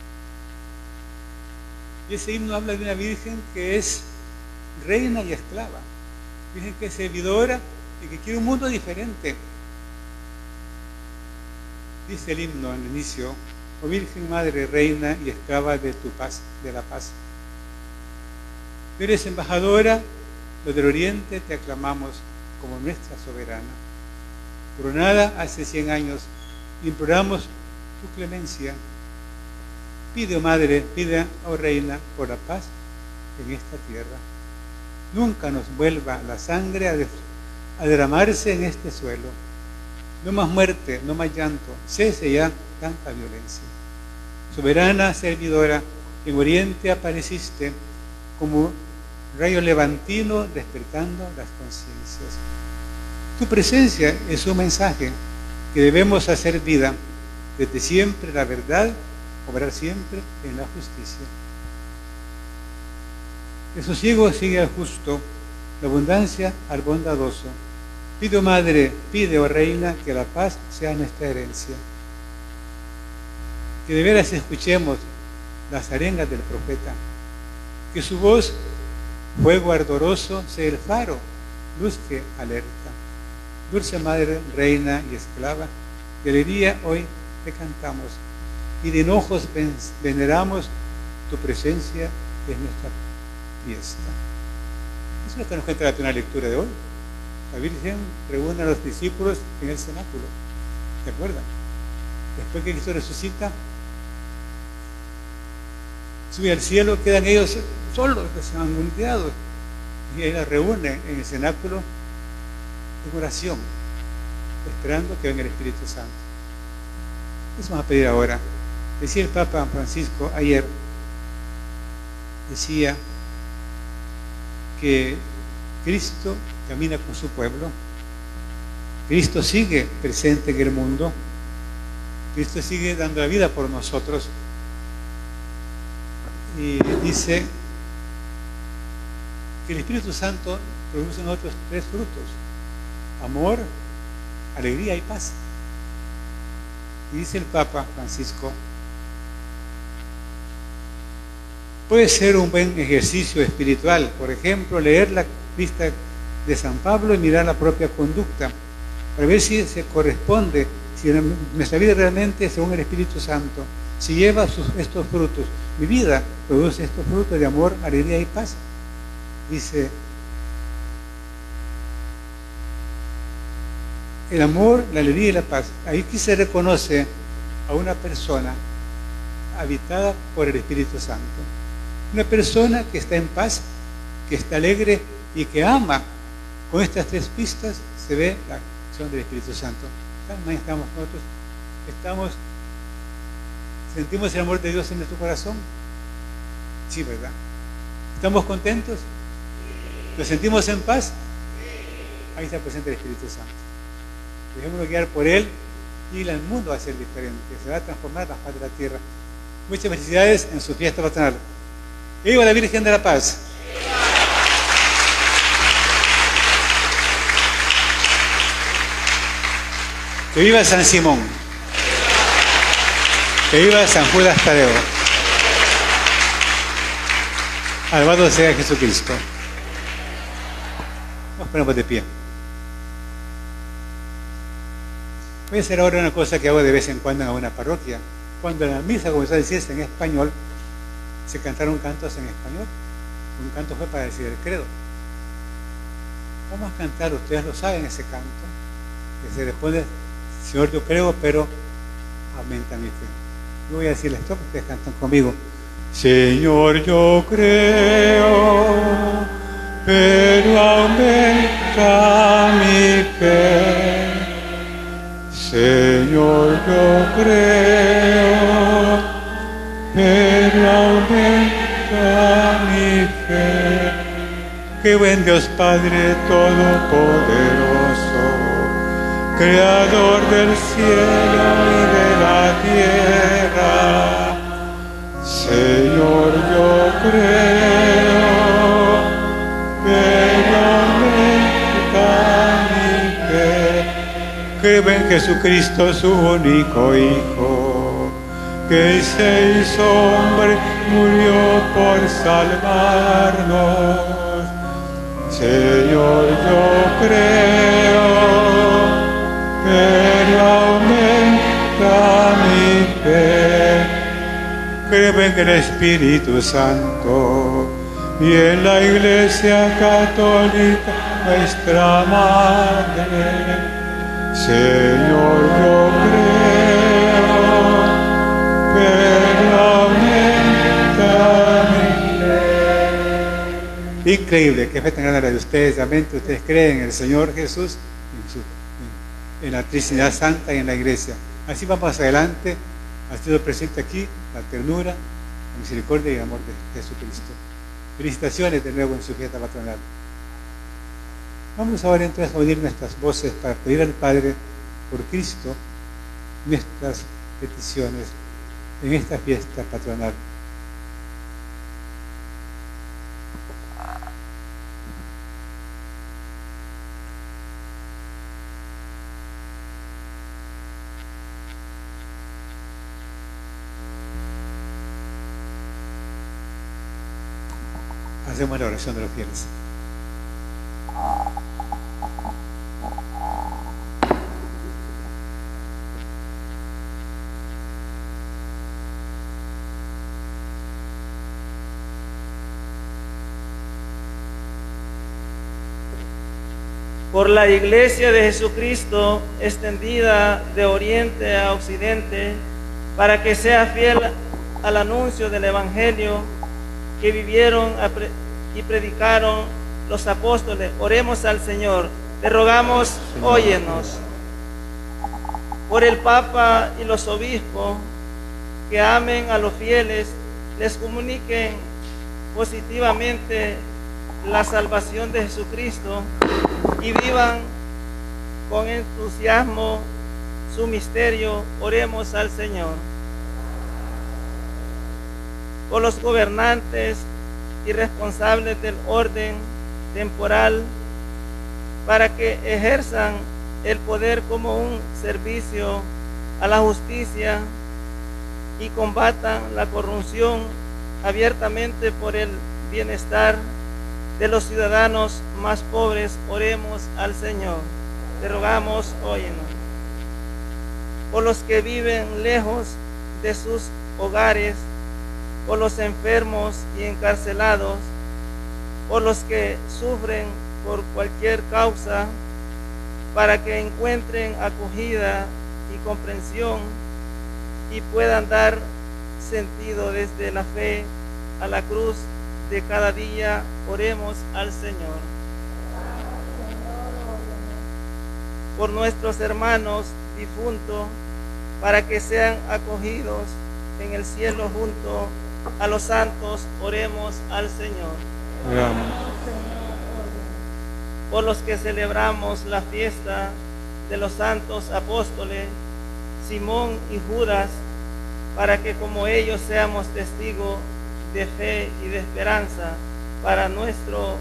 Y ese himno habla de una Virgen que es reina y esclava, Virgen que es servidora y que quiere un mundo diferente. Dice el himno al inicio, oh Virgen Madre, reina y esclava de tu paz, de la paz. Tú eres embajadora, los del Oriente te aclamamos como nuestra soberana. coronada hace 100 años, imploramos tu clemencia. Pide, oh Madre, pide, oh Reina, por la paz en esta tierra. Nunca nos vuelva la sangre a derramarse en este suelo. No más muerte, no más llanto, cese ya tanta violencia. Soberana servidora, en Oriente apareciste como rayo levantino despertando las conciencias. Tu presencia es un mensaje que debemos hacer vida, desde siempre la verdad, obrar siempre en la justicia. El sosiego sigue al justo, la abundancia al bondadoso. Pide, oh Madre, pide, oh Reina, que la paz sea nuestra herencia. Que de veras escuchemos las arengas del profeta, que su voz, fuego ardoroso, sea el faro, luz que alerta. Dulce Madre, Reina y Esclava, de alegría hoy te cantamos, y de enojos veneramos tu presencia en nuestra fiesta. Eso es lo que nos cuenta la primera lectura de hoy. La Virgen reúne a los discípulos en el cenáculo. ¿Se acuerdan? Después que Cristo resucita, sube al cielo, quedan ellos solos, desangustiados, y Él la reúne en el cenáculo en oración, esperando que venga el Espíritu Santo. Eso vamos a pedir ahora. Decía el Papa Francisco ayer, decía que Cristo camina con su pueblo, Cristo sigue presente en el mundo, Cristo sigue dando la vida por nosotros, y dice que el Espíritu Santo produce en nosotros 3 frutos: amor, alegría y paz. Y dice el Papa Francisco, puede ser un buen ejercicio espiritual, por ejemplo, leer la lista de San Pablo y mirar la propia conducta, para ver si se corresponde, si nuestra vida realmente, según el Espíritu Santo, si lleva estos frutos. Mi vida produce estos frutos de amor, alegría y paz. Dice, el amor, la alegría y la paz. Ahí se reconoce a una persona habitada por el Espíritu Santo. Una persona que está en paz, que está alegre y que ama. Con estas 3 pistas se ve la acción del Espíritu Santo. También estamos nosotros, sentimos el amor de Dios en nuestro corazón. Sí, ¿verdad? ¿Estamos contentos? ¿Nos sentimos en paz? Ahí está presente el Espíritu Santo. Dejémonos guiar por Él y el mundo va a ser diferente. Se va a transformar la faz de la tierra. Muchas felicidades en su fiesta patronal. ¡Viva la Virgen de la Paz! ¡Que viva San Simón! ¡Que viva San Judas Tadeo! Alabado sea Jesucristo. Nos ponemos de pie. Voy a hacer ahora una cosa que hago de vez en cuando en alguna parroquia. Cuando la misa comenzó a decirse en español, se cantaron cantos en español. Un canto fue para decir el credo. Vamos a cantar, ustedes lo saben, ese canto, que se responde: Señor, yo creo, pero aumenta mi fe. Yo voy a decirles esto, porque ustedes cantan conmigo. Señor, yo creo, pero aumenta mi fe. Señor, yo creo, pero aumenta mi fe. Creo en Dios Padre Todopoderoso, Creador del cielo y de la tierra. Señor, yo creo, pero aumenta mi fe. Creo en Jesucristo, su único Hijo, que se hizo hombre, murió por salvarnos. Señor, yo creo, pero aumenta mi fe. Creo en el Espíritu Santo y en la Iglesia Católica, nuestra Madre, Señor, yo creo, pero aumenta mi fe. Increíble, qué fe tan grande la de ustedes. Realmente ustedes creen en el Señor Jesús, en la Trinidad Santa y en la Iglesia. Así vamos adelante. Ha sido presente aquí la ternura, la misericordia y el amor de Jesucristo. Felicitaciones de nuevo en su fiesta patronal. Vamos ahora entonces a unir nuestras voces para pedir al Padre por Cristo nuestras peticiones en esta fiesta patronal. Hacemos la oración de los fieles. Por la Iglesia de Jesucristo, extendida de oriente a occidente, para que sea fiel al anuncio del Evangelio que vivieron y predicaron los apóstoles. Oremos al Señor. Te rogamos, óyenos. Por el Papa y los obispos, que amen a los fieles, les comuniquen positivamente la salvación de Jesucristo y vivan con entusiasmo su misterio. Oremos al Señor. Por los gobernantes y responsables del orden temporal, para que ejerzan el poder como un servicio a la justicia y combatan la corrupción abiertamente por el bienestar de los ciudadanos más pobres. Oremos al Señor. Te rogamos, óyenos. Por los que viven lejos de sus hogares, por los enfermos y encarcelados, por los que sufren por cualquier causa, para que encuentren acogida y comprensión y puedan dar sentido desde la fe a la cruz de cada día. Oremos al Señor. Por nuestros hermanos difuntos, para que sean acogidos en el cielo junto a los santos. Oremos al Señor. Oramos. Por los que celebramos la fiesta de los santos apóstoles Simón y Judas, para que como ellos seamos testigos de fe y de esperanza para nuestros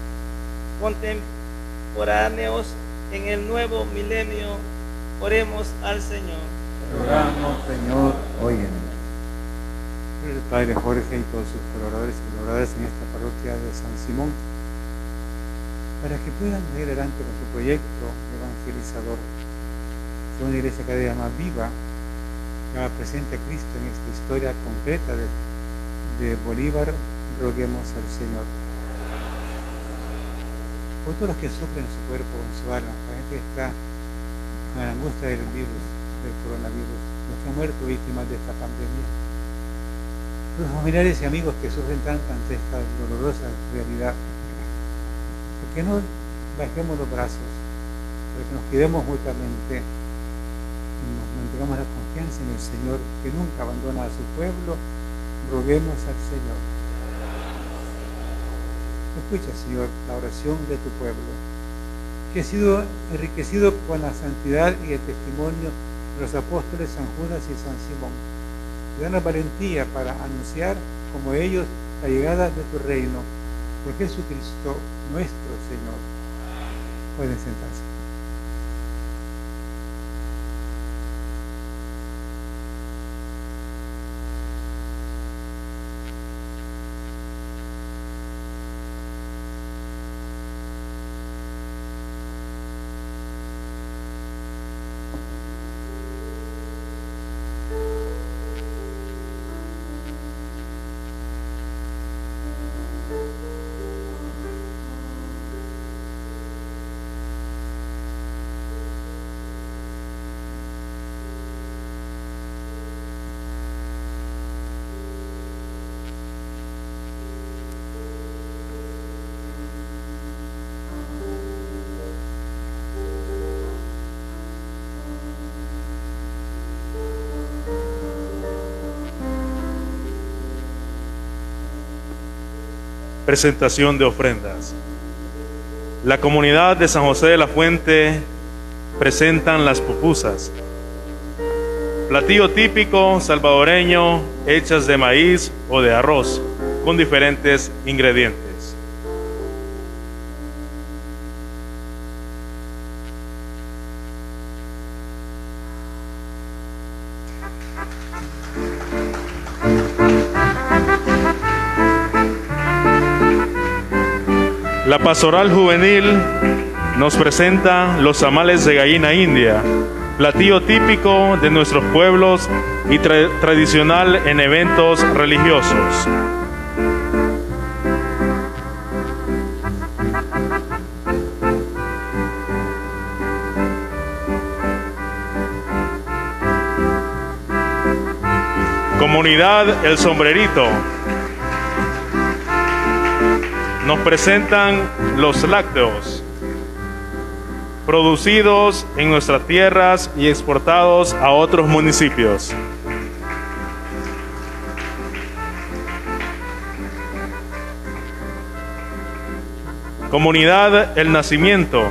contemporáneos en el nuevo milenio. Oremos al Señor. Oramos, Señor, óyenos. El Padre Jorge y todos sus colaboradores y colaboradoras en esta parroquia de San Simón, para que puedan ir adelante con su proyecto evangelizador. Sea una iglesia cada día más viva, que haga presente a Cristo en esta historia concreta de Bolívar. Roguemos al Señor. Por todos los que sufren en su cuerpo, en su alma, la gente que está con la angustia del virus, del coronavirus, los que han muerto víctimas de esta pandemia, los familiares y amigos que sufren tanto ante esta dolorosa realidad. Que no bajemos los brazos, pero que nos cuidemos mutuamente y nos mantengamos la confianza en el Señor, que nunca abandona a su pueblo. Roguemos al Señor. Escucha, Señor, la oración de tu pueblo, que ha sido enriquecido con la santidad y el testimonio de los apóstoles San Judas y San Simón. Y dan la valentía para anunciar como ellos la llegada de tu reino, por Jesucristo nuestro Señor. Pueden sentarse. presentación de ofrendas. La comunidad de San José de la Fuente presentan las pupusas, platillo típico salvadoreño hechas de maíz o de arroz con diferentes ingredientes. La pastoral juvenil nos presenta los tamales de gallina india, platillo típico de nuestros pueblos y tradicional en eventos religiosos. Comunidad El Sombrerito. Nos presentan los lácteos, producidos en nuestras tierras y exportados a otros municipios. Comunidad El Nacimiento.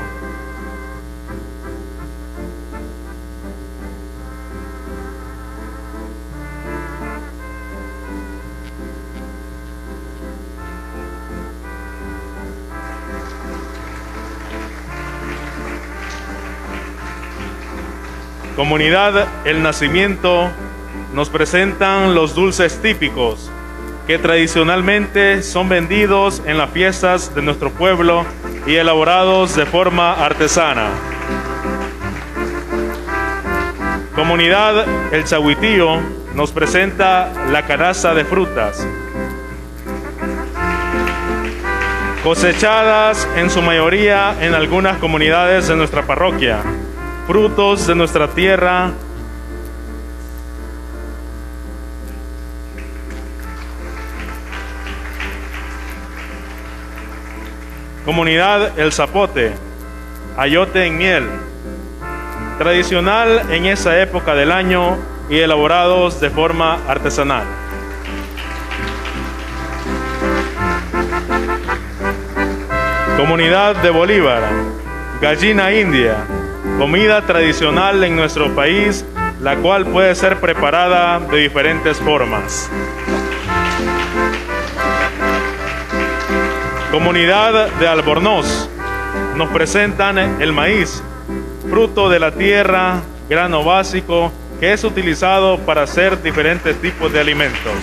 Comunidad El Nacimiento nos presentan los dulces típicos que tradicionalmente son vendidos en las fiestas de nuestro pueblo y elaborados de forma artesana. Comunidad El Chahuitío nos presenta la canasta de frutas, cosechadas en su mayoría en algunas comunidades de nuestra parroquia, frutos de nuestra tierra. Comunidad El Zapote, ayote en miel, tradicional en esa época del año y elaborados de forma artesanal. Comunidad de Bolívar, gallina india, comida tradicional en nuestro país, la cual puede ser preparada de diferentes formas. Comunidad de Albornoz, nos presentan el maíz, fruto de la tierra, grano básico, que es utilizado para hacer diferentes tipos de alimentos.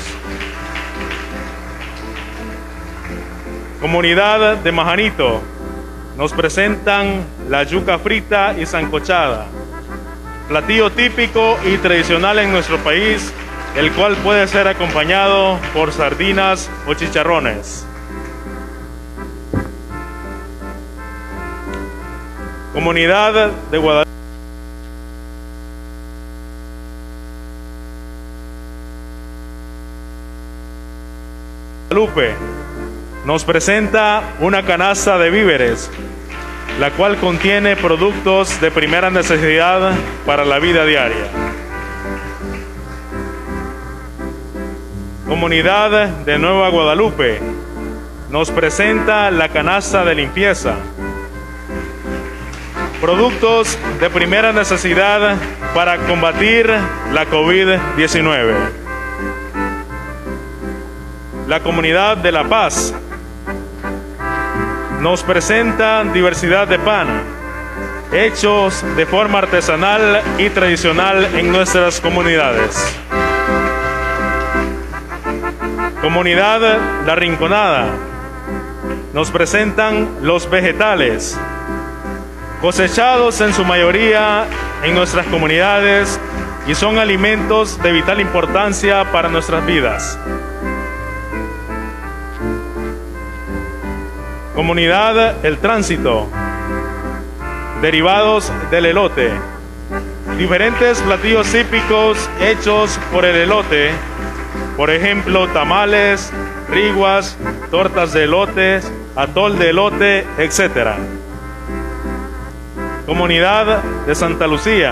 Comunidad de Majanito, nos presentan la yuca frita y sancochada, platillo típico y tradicional en nuestro país, el cual puede ser acompañado por sardinas o chicharrones. Comunidad de Guadalupe nos presenta una canasta de víveres, la cual contiene productos de primera necesidad para la vida diaria. Comunidad de Nueva Guadalupe nos presenta la canasta de limpieza, productos de primera necesidad para combatir la COVID-19. La Comunidad de La Paz nos presenta diversidad de pan, hechos de forma artesanal y tradicional en nuestras comunidades. Comunidad La Rinconada nos presentan los vegetales, cosechados en su mayoría en nuestras comunidades y son alimentos de vital importancia para nuestras vidas. Comunidad El Tránsito, derivados del elote, diferentes platillos típicos hechos por el elote, por ejemplo, tamales, riguas, tortas de elotes, atol de elote, etc. Comunidad de Santa Lucía,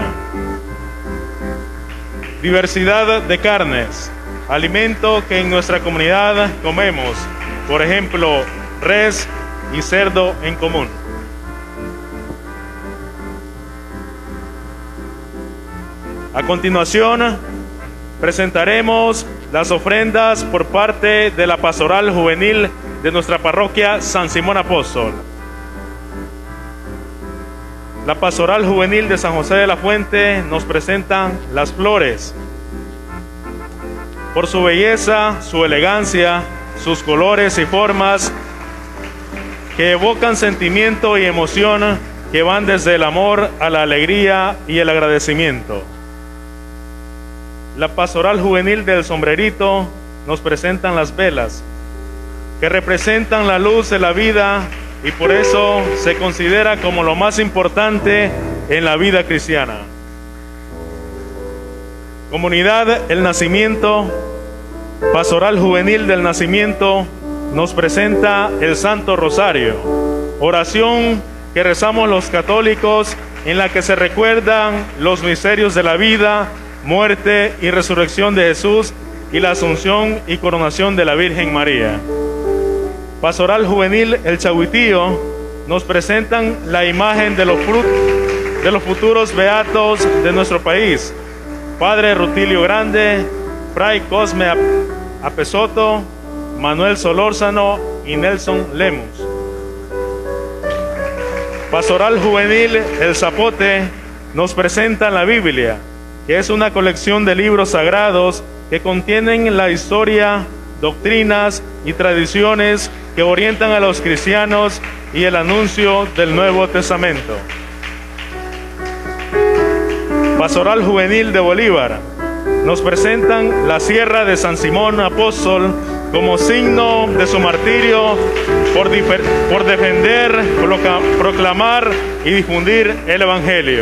diversidad de carnes, alimento que en nuestra comunidad comemos, por ejemplo, res y cerdo en común. A continuación, presentaremos las ofrendas por parte de la Pastoral Juvenil de nuestra parroquia San Simón Apóstol. La Pastoral Juvenil de San José de la Fuente nos presentan las flores. Por su belleza, su elegancia, sus colores y formas que evocan sentimiento y emoción que van desde el amor a la alegría y el agradecimiento. La Pastoral Juvenil del Sombrerito nos presentan las velas, que representan la luz de la vida y por eso se considera como lo más importante en la vida cristiana. Comunidad El Nacimiento, Pastoral Juvenil del Nacimiento, nos presenta el Santo Rosario, oración que rezamos los católicos en la que se recuerdan los misterios de la vida, muerte y resurrección de Jesús y la asunción y coronación de la Virgen María. Pastoral Juvenil El Chahuitío nos presentan la imagen de los futuros beatos de nuestro país, Padre Rutilio Grande, Fray Cosme Apesoto, Manuel Solórzano y Nelson Lemus. Pastoral Juvenil El Zapote nos presenta la Biblia, que es una colección de libros sagrados que contienen la historia, doctrinas y tradiciones que orientan a los cristianos y el anuncio del Nuevo Testamento. Pastoral Juvenil de Bolívar nos presentan la Sierra de San Simón Apóstol como signo de su martirio por defender, proclamar y difundir el Evangelio.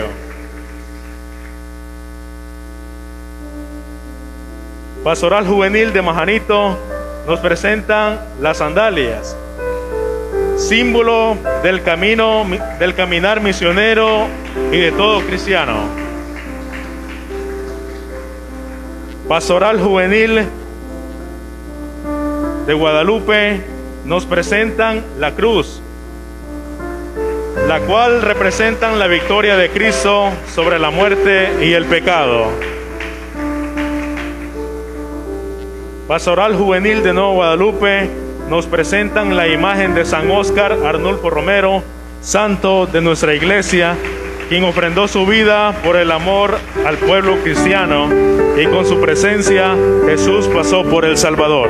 Pastoral Juvenil de Majanito nos presentan las sandalias, símbolo del caminar misionero y de todo cristiano. Pastoral Juvenil de Guadalupe nos presentan la cruz, la cual representan la victoria de Cristo sobre la muerte y el pecado. Pastoral Juvenil de Nuevo Guadalupe nos presentan la imagen de San Óscar Arnulfo Romero, santo de nuestra iglesia, quien ofrendó su vida por el amor al pueblo cristiano y con su presencia Jesús pasó por El Salvador.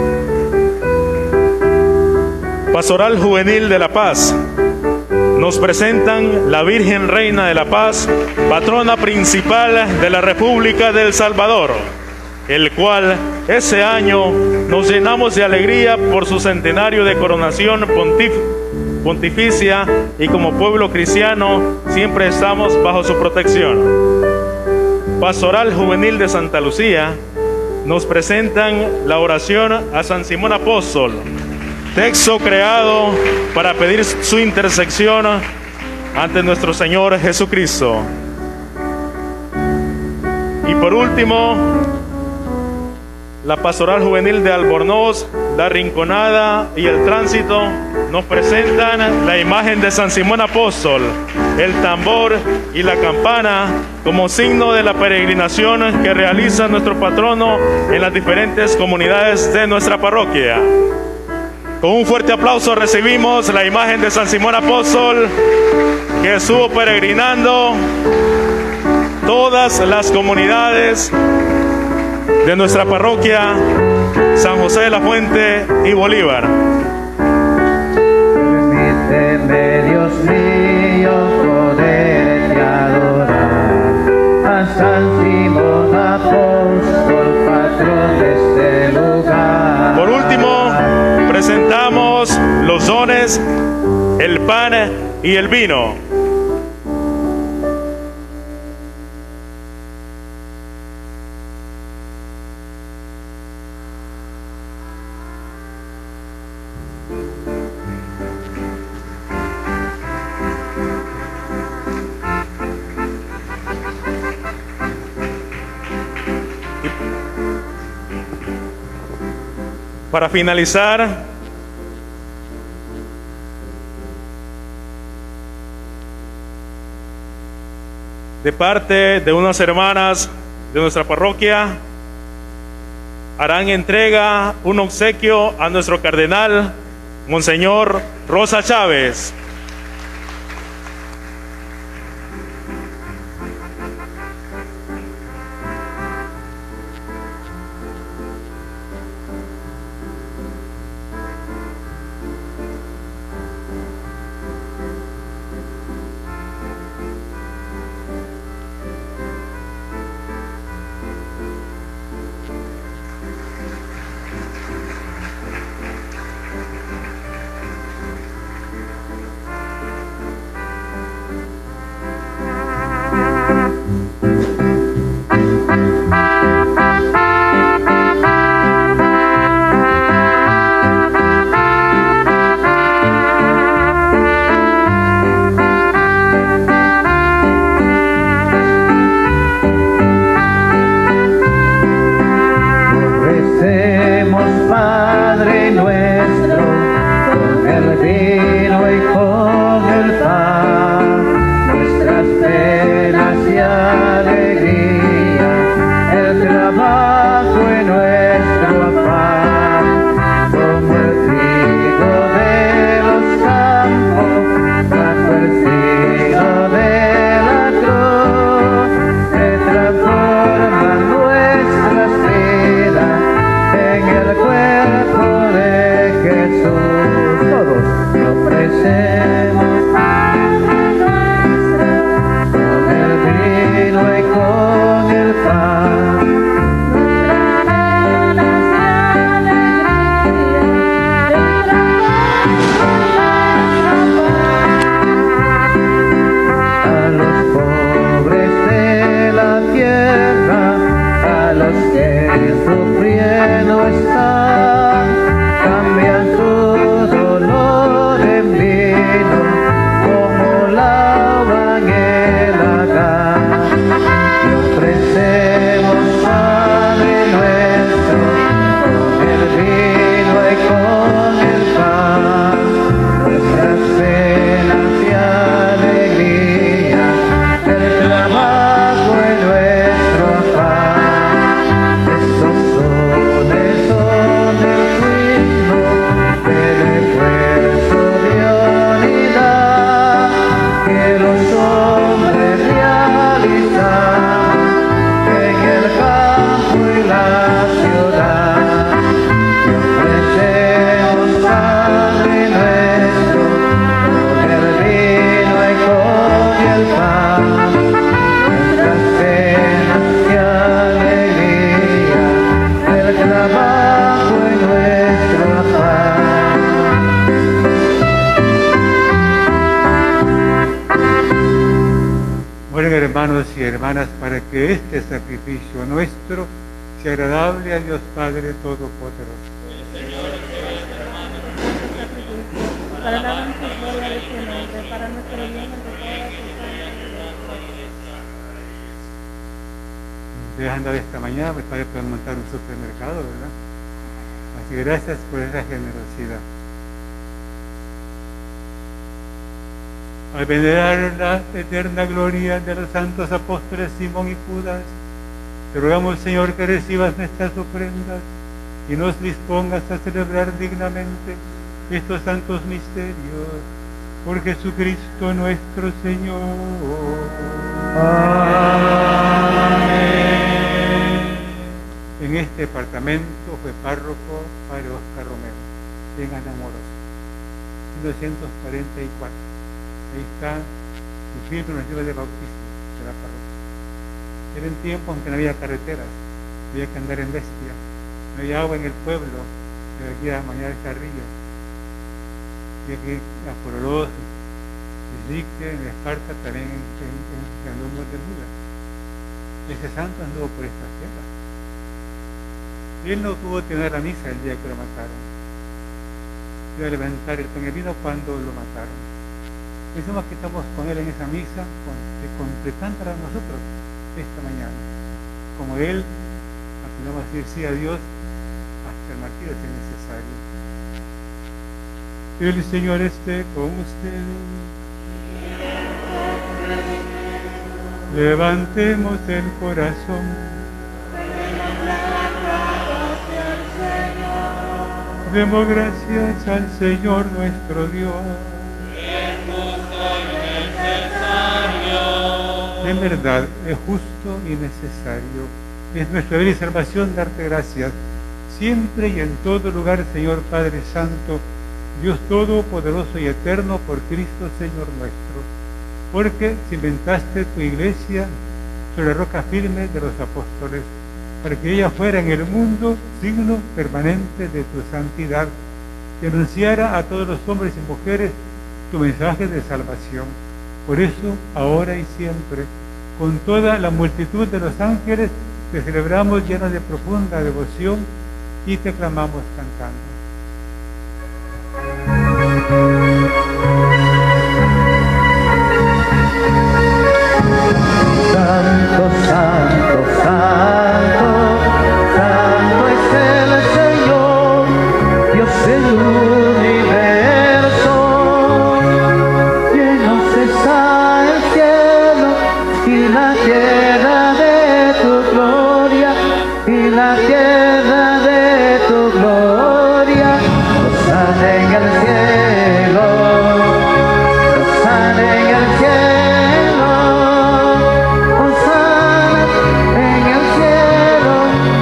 Pastoral Juvenil de La Paz nos presentan la Virgen Reina de la Paz, patrona principal de la República del Salvador, el cual ese año nos llenamos de alegría por su centenario de coronación pontificia y como pueblo cristiano siempre estamos bajo su protección. Pastoral Juvenil de Santa Lucía nos presentan la oración a San Simón Apóstol, texto creado para pedir su intersección ante nuestro Señor Jesucristo. Y por último, la Pastoral Juvenil de Albornoz, La Rinconada y El Tránsito nos presentan la imagen de San Simón Apóstol, el tambor y la campana como signo de la peregrinación que realiza nuestro patrono en las diferentes comunidades de nuestra parroquia. Con un fuerte aplauso recibimos la imagen de San Simón Apóstol que estuvo peregrinando todas las comunidades de nuestra parroquia San José de la Fuente y Bolívar. Permíteme, Dios mío, poderte adorar a San Simón Apóstol, patrón de este lugar. Por último, presentamos los dones, el pan y el vino. Para finalizar, de parte de unas hermanas de nuestra parroquia, harán entrega un obsequio a nuestro cardenal, Monseñor Rosa Chávez. Hermanos y hermanas, para que este sacrificio nuestro sea agradable a Dios Padre Todopoderoso. Para la gloria de su nombre, para nuestro bien y de toda su Ustedes han dado esta mañana, pues para poder montar un supermercado, ¿verdad? Así que gracias por esa generosidad. Al venerar la eterna gloria de los santos apóstoles Simón y Judas, te rogamos, Señor, que recibas nuestras ofrendas y nos dispongas a celebrar dignamente estos santos misterios. Por Jesucristo nuestro Señor. Amén. En este departamento fue párroco Padre Oscar Romero, en Anamoros, 1944. Ahí está su firme nativa de bautismo de la parroquia. Eran tiempos en que no había carreteras, había que andar en bestia, no había agua en el pueblo, pero aquí a mañana está río. Y aquí a Porolós, Islique, en Esparta, también en Lomos de Mula. Ese santo anduvo por esta tierra. Él no pudo tener la misa el día que lo mataron. Iba a levantar el pan y vino cuando lo mataron. Pensamos que estamos con él en esa misa, completándola a nosotros esta mañana. Como él, aprendamos a decir sí a Dios hasta el martirio si es necesario. El Señor esté con ustedes. Levantemos el corazón. Demos gracias al Señor nuestro Dios. En verdad es justo y necesario. Es nuestra vida y salvación darte gracias, siempre y en todo lugar, Señor Padre Santo, Dios Todopoderoso y Eterno, por Cristo Señor nuestro. Porque cimentaste tu iglesia sobre la roca firme de los apóstoles, para que ella fuera en el mundo signo permanente de tu santidad, y anunciara a todos los hombres y mujeres tu mensaje de salvación. Por eso, ahora y siempre, con toda la multitud de los ángeles, te celebramos llenos de profunda devoción y te clamamos cantando. Santo, santo, santo, santo es el Señor, Dios del universo. Lleno está el cielo y la tierra de tu gloria, y la tierra de tu gloria. Hosana en el cielo, hosana en el cielo, hosana en el cielo,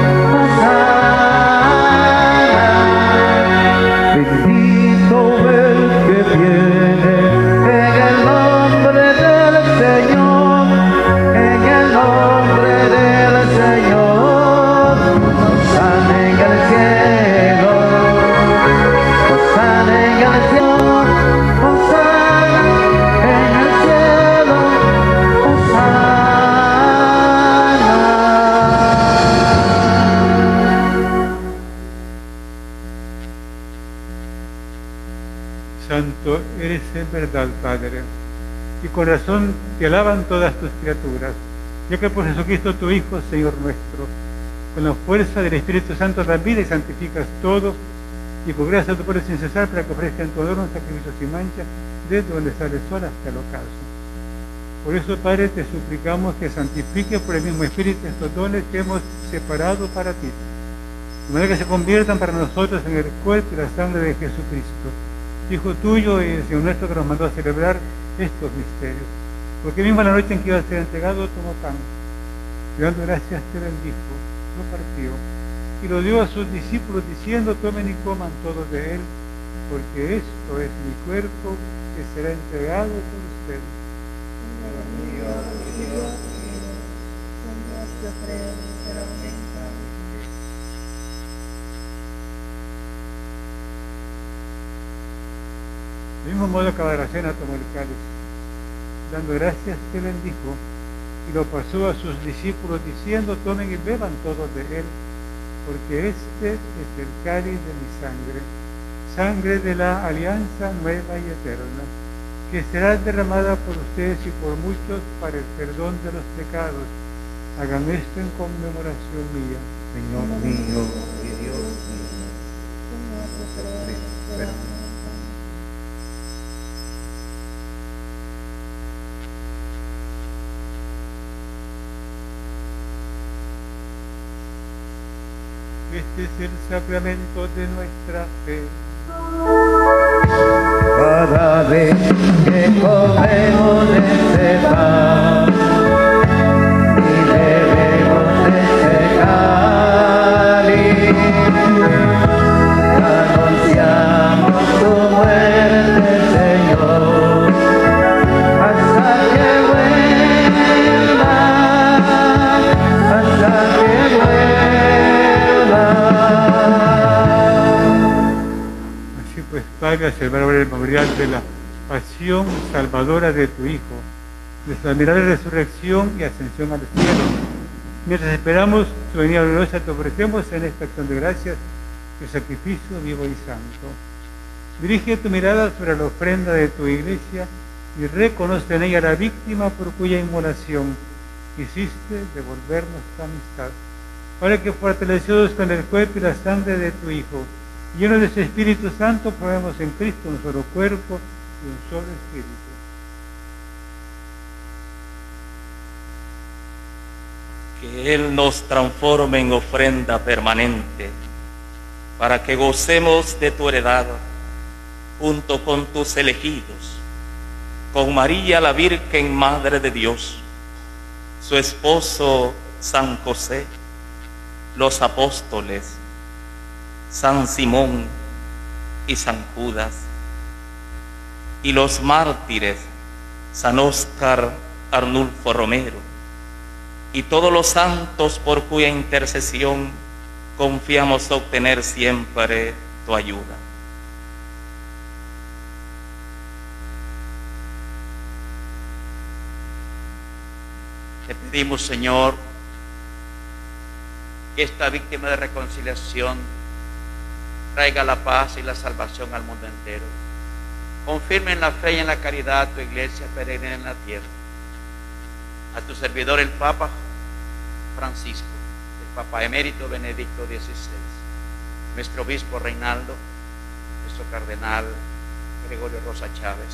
hosana. Bendito el que viene en el nombre del Señor, en el nombre del Señor. Hosana en el cielo, hosana en el cielo, hosana en el cielo, Santo eres en verdad, Padre, y con razón te alaban todas tus criaturas, ya que por Jesucristo tu Hijo, Señor nuestro, con la fuerza del Espíritu Santo das vida y santificas todo, y con gracia tu pueblo sin cesar para que ofrezca en tu honor un sacrificio sin mancha, desde donde sale el sol hasta el ocaso. Por eso, Padre, te suplicamos que santifiques por el mismo Espíritu estos dones que hemos separado para ti, de manera que se conviertan para nosotros en el cuerpo y la sangre de Jesucristo, Hijo tuyo y Señor nuestro, que nos mandó a celebrar estos misterios. Porque mismo la noche en que iba a ser entregado, tomó pan, y dando gracias te bendijo, lo partió, y lo dio a sus discípulos, diciendo: tomen y coman todos de él, porque esto es mi cuerpo, que será entregado por ustedes. Señor mío, Dios mío, Señor, yo creo que la venga. Del mismo modo, acabada la cena, tomó el cáliz, dando gracias te bendijo, y lo pasó a sus discípulos, diciendo: tomen y beban todos de él, porque este es el cáliz de mi sangre, sangre de la alianza nueva y eterna, que será derramada por ustedes y por muchos para el perdón de los pecados. Hagan esto en conmemoración mía. Señor mío y Dios mío. Señor, yo creo que la venga. Este es el sacramento de nuestra fe. Cada vez que comemos de este pan y bebemos de este cáliz, anunciamos tu muerte, Señor, hasta que vuelvas, hasta que vuelvas. Así pues, Padre, a celebrar ahora el memorial de la pasión salvadora de tu Hijo, de su admirable resurrección y ascensión al cielo. Mientras esperamos su venida gloriosa, te ofrecemos en esta acción de gracias el sacrificio vivo y santo. Dirige tu mirada sobre la ofrenda de tu iglesia y reconoce en ella la víctima por cuya inmolación hiciste devolvernos tu amistad, para que, fortalecidos con el cuerpo y la sangre de tu Hijo, llenos de su Espíritu Santo, probemos en Cristo un solo cuerpo y un solo Espíritu. que Él nos transforme en ofrenda permanente, para que gocemos de tu heredad, junto con tus elegidos, con María la Virgen Madre de Dios, su esposo San José, los apóstoles, San Simón y San Judas, y los mártires, San Óscar Arnulfo Romero, y todos los santos por cuya intercesión confiamos obtener siempre tu ayuda. Te pedimos, Señor, que esta víctima de reconciliación traiga la paz y la salvación al mundo entero. Confirme en la fe y en la caridad tu iglesia peregrina en la tierra. A tu servidor el Papa Francisco, el Papa Emérito Benedicto XVI, nuestro Obispo Reinaldo, nuestro Cardenal Gregorio Rosa Chávez,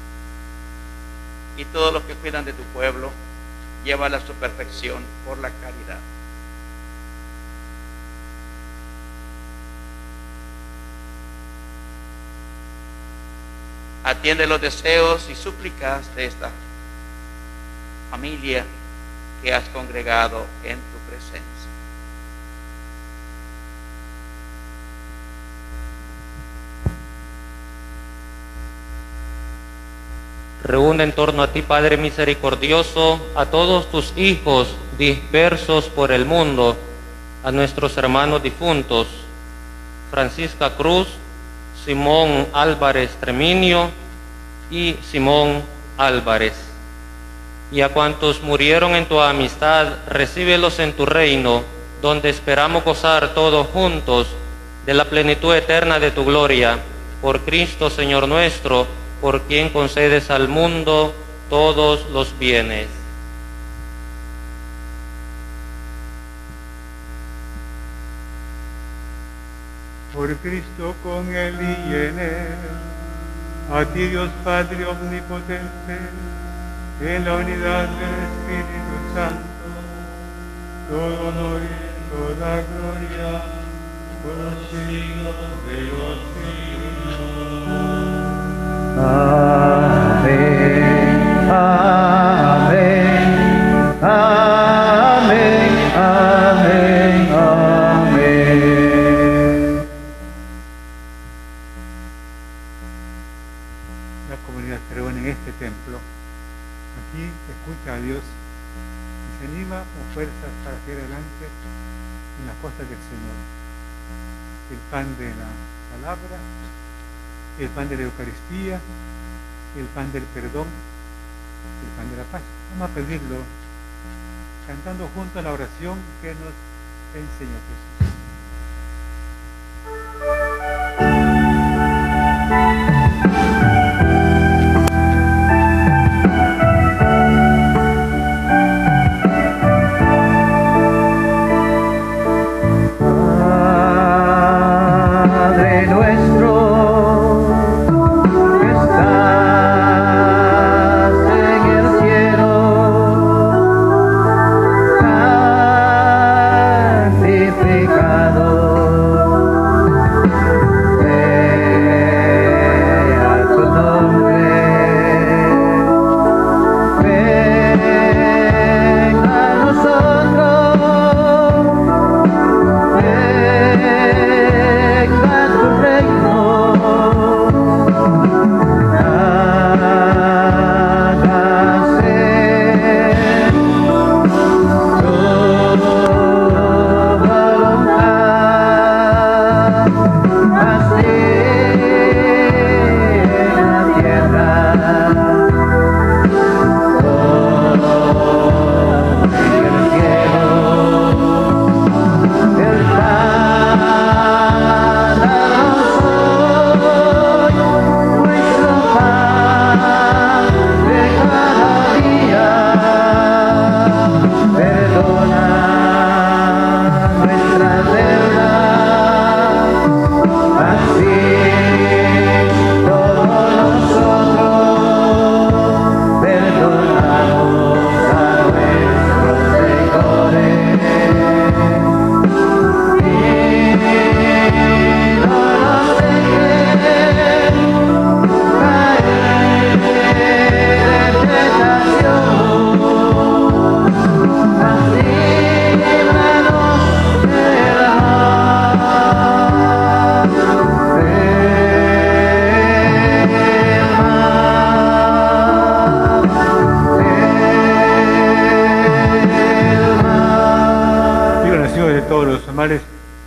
y todos los que cuidan de tu pueblo, llévala a su perfección por la caridad. Atiende los deseos y súplicas de esta familia que has congregado en tu presencia. Reúne en torno a ti, Padre misericordioso, a todos tus hijos dispersos por el mundo, a nuestros hermanos difuntos, Francisca Cruz, Simón Álvarez Treminio y Simón Álvarez. Y a cuantos murieron en tu amistad, recíbelos en tu reino, donde esperamos gozar todos juntos de la plenitud eterna de tu gloria, por Cristo Señor nuestro, por quien concedes al mundo todos los bienes. Por Cristo, con Él y en Él, a ti Dios Padre Omnipotente, en la unidad del Espíritu Santo, todo honor y toda gloria, por los siglos de los siglos. Amén, amén, amén, amén, amén. La comunidad se reúne en este templo. Aquí escucha a Dios y se anima con fuerzas para seguir adelante en las cosas del Señor. El pan de la palabra, el pan de la Eucaristía, el pan del perdón, el pan de la paz. Vamos a pedirlo cantando juntos la oración que nos enseñó Jesús. Santificado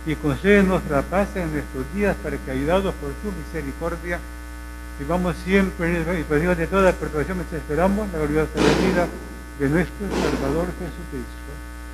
y concédenos la paz en nuestros días para que, ayudados por tu misericordia, vivamos siempre y por Dios de toda perturbación, mientras esperamos la gloriosa venida de nuestro Salvador Jesucristo.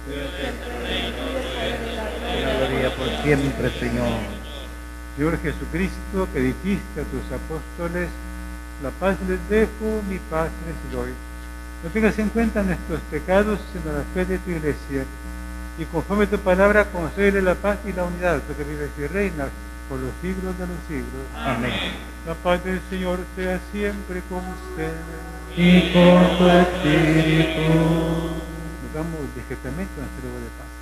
La gloria por siempre, Señor. Señor Jesucristo, que dijiste a tus apóstoles, la paz les dejo, mi paz les doy. No tengas en cuenta nuestros pecados, sino la fe de tu iglesia. Y conforme a tu palabra, concédele la paz y la unidad, tú que vives y reinas por los siglos de los siglos. Amén. La paz del Señor sea siempre con ustedes. Y con tu espíritu. Nos damos discretamente un saludo de paz.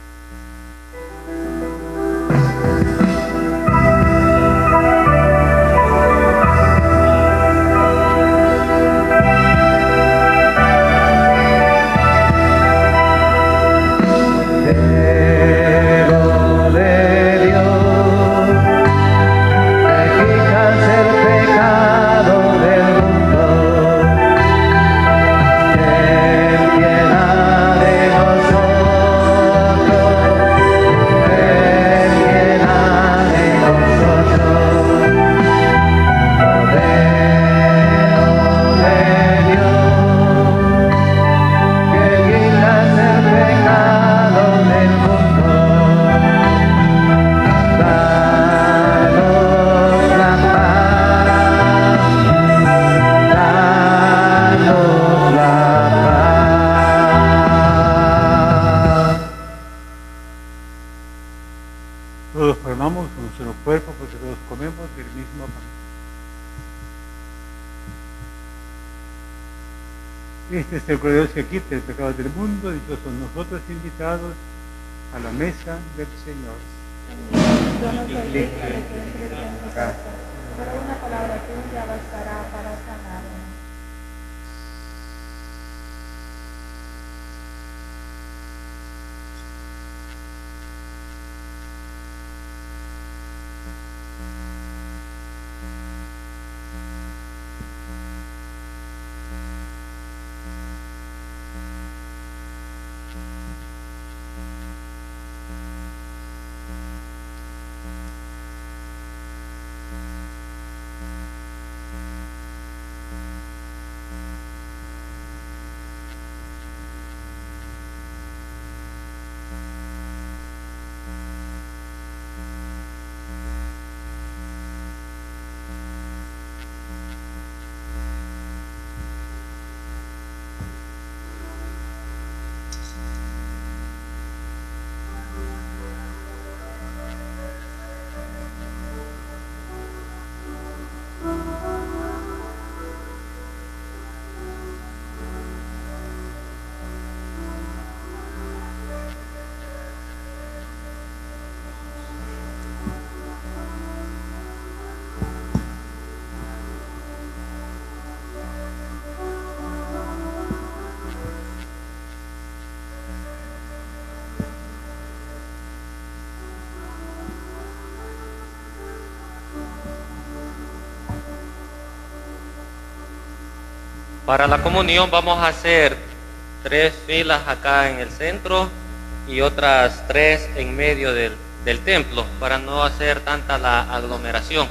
Todos formamos un solo cuerpo porque todos comemos del mismo pan. Este es el cuerpo de Dios que quita el pecado del mundo, dichosos nosotros invitados a la mesa del Señor. Yo no soy digno de que entres en mi casa, pero una palabra tuya bastará para sanarme. Para la comunión vamos a hacer 3 filas acá en el centro y otras 3 en medio del templo para no hacer tanta la aglomeración.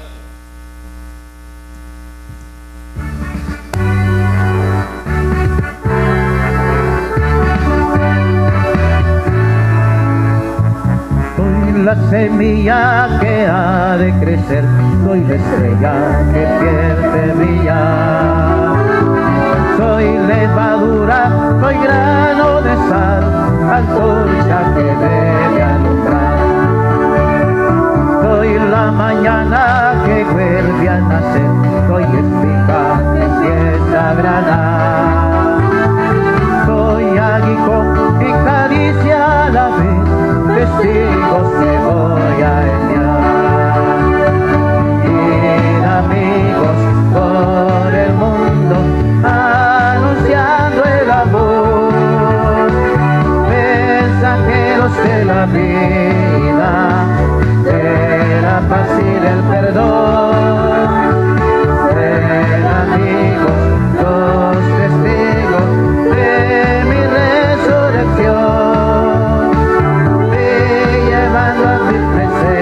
Soy la semilla que ha de crecer, soy la estrella que pierde brillar. Soy levadura, soy grano de sal, antorcha que debe alumbrar. Soy la mañana que vuelve a nacer, soy espiga que empieza a granar. Soy aguijón y caricia a la vez, testigos que voy a enviar. Ir amigos por el mundo, anunciando el amor, mensajeros de la vida, de la paz y del perdón. Ser amigos, los testigos de mi resurrección, y llevando a mi presencia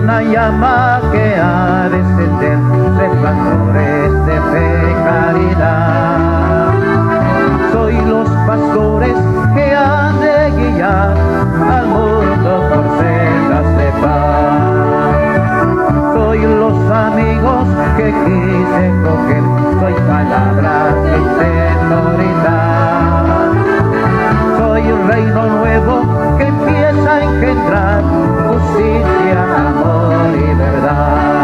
una llama que ha de encender resplandores de fe y caridad. Soy los pastores que han de guiar al mundo por sendas de paz. Soy los amigos que quise coger, soy palabras de autoridad. Soy un reino nuevo que empieza a engendrar justicia, amor y verdad.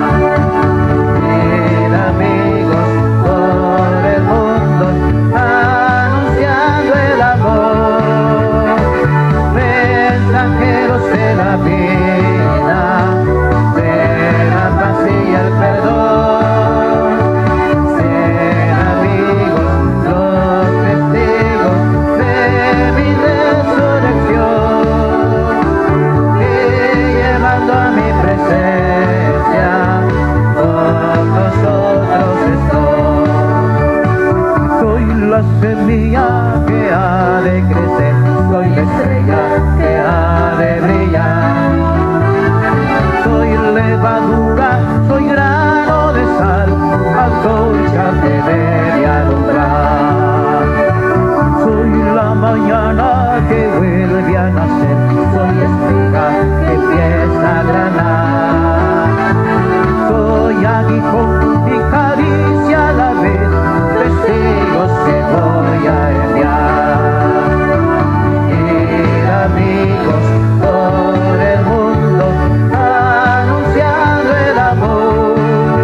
Mil amigos por el mundo anunciando el amor, mensajeros de la vida, de la paz y el perdón. Sean amigos los testigos de mi resurrección, y llevando a mi presencia con nosotros estoy. Soy la semilla que ha de crecer, soy la estrella que ha de brillar. Soy levadura, soy grano de sal, antorcha que debe alumbrar. Soy la mañana que vuelve a nacer, soy espiga que empieza a granar. Soy aguijón y caricia a la vez, testigos que voy a enviar. Ir amigos por el mundo anunciando el amor,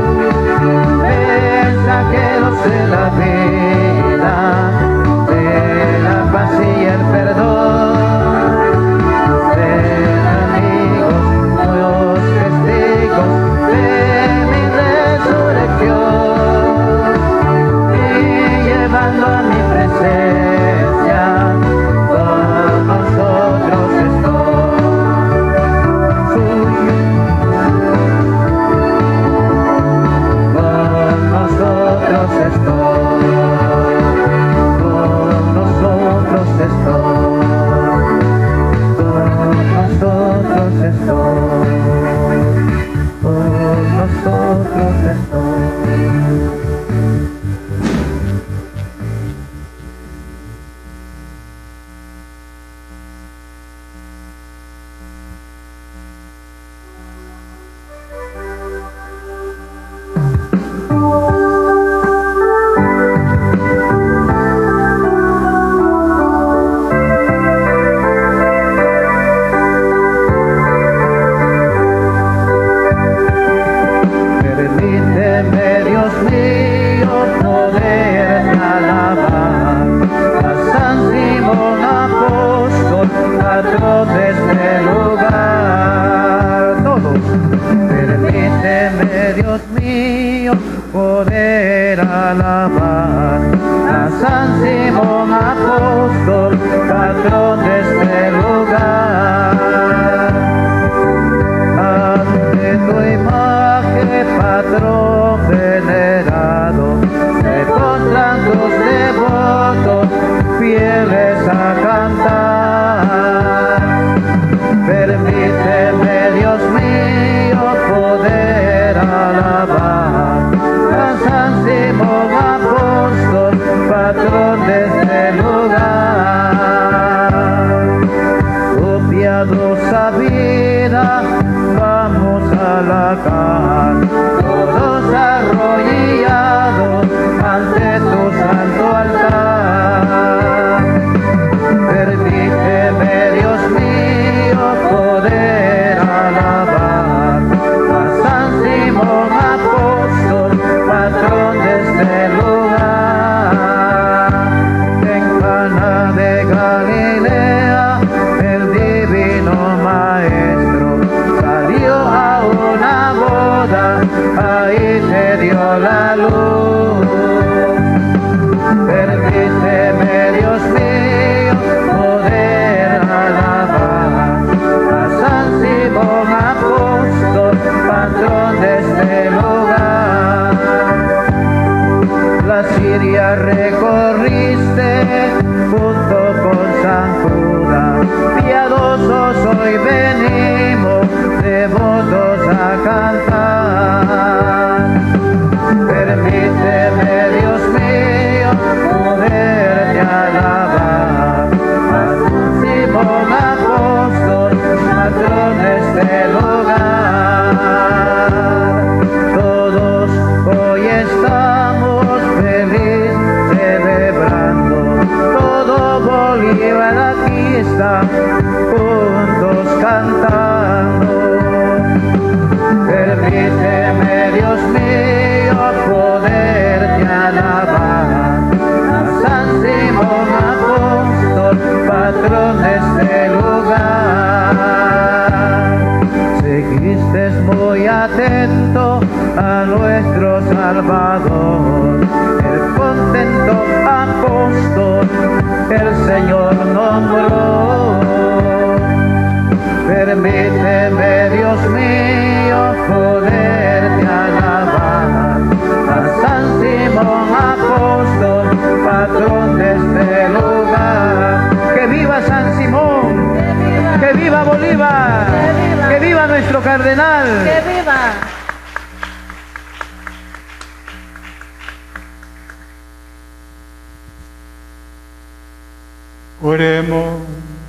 mensajeros de la vida, de la paz y el perdón. Sean amigos los testigos de mi resurrección, y llevando a mi presencia con nosotros estoy. Con nosotros estoy, con nosotros estoy, con nosotros estoy, con nosotros estoy. Permíteme, Dios mío, poder alabar a San Simón Apóstol, patrón de este lugar. Todos. Permíteme, Dios mío, poder alabar a San Simón Apóstol, patrón de este lugar. Ante tu imagen, patrón venerado, se postran tus devotos fieles a cantar. Permíteme, Dios mío, poder alabar a San Simón Apóstol, patrón de este lugar. Tu piadosa vida vamos a alacar, todos arrodillados ante tu santo altar. Permíteme, Dios mío, poder alabar a San Simón Apóstol, patrón de este lugar. En Cana de Galilea, el divino maestro salió a una boda, ahí se dio la luz. Permíteme, Dios mío, poder alabar a San Simón Apóstol, patrón de este lugar. La Siria recorriste junto con San Judas, piadosos hoy venimos, devotos atento a nuestro Salvador, el contento apóstol el Señor nombró. Permíteme, Dios mío, poderte alabar, a San Simón apóstol, patrón de este lugar. ¡Que viva San Simón! ¡Que viva Bolívar! ¡Que viva nuestro cardenal! ¡Que viva! Oremos.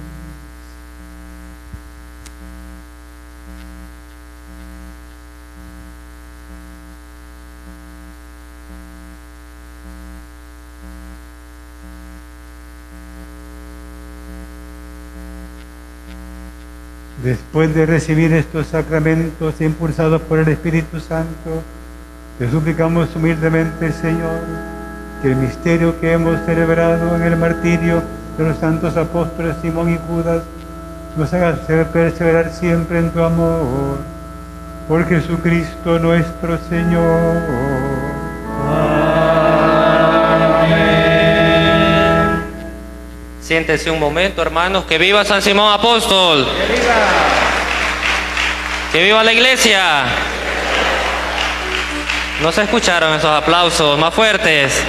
Después de recibir estos sacramentos impulsados por el Espíritu Santo, te suplicamos humildemente, Señor, que el misterio que hemos celebrado en el martirio de los santos apóstoles Simón y Judas nos haga perseverar siempre en tu amor. Por Jesucristo nuestro Señor. Amén. Siéntese un momento, hermanos. ¡Que viva San Simón Apóstol! ¡Que viva! ¡Que viva la iglesia! No se escucharon esos aplausos más fuertes.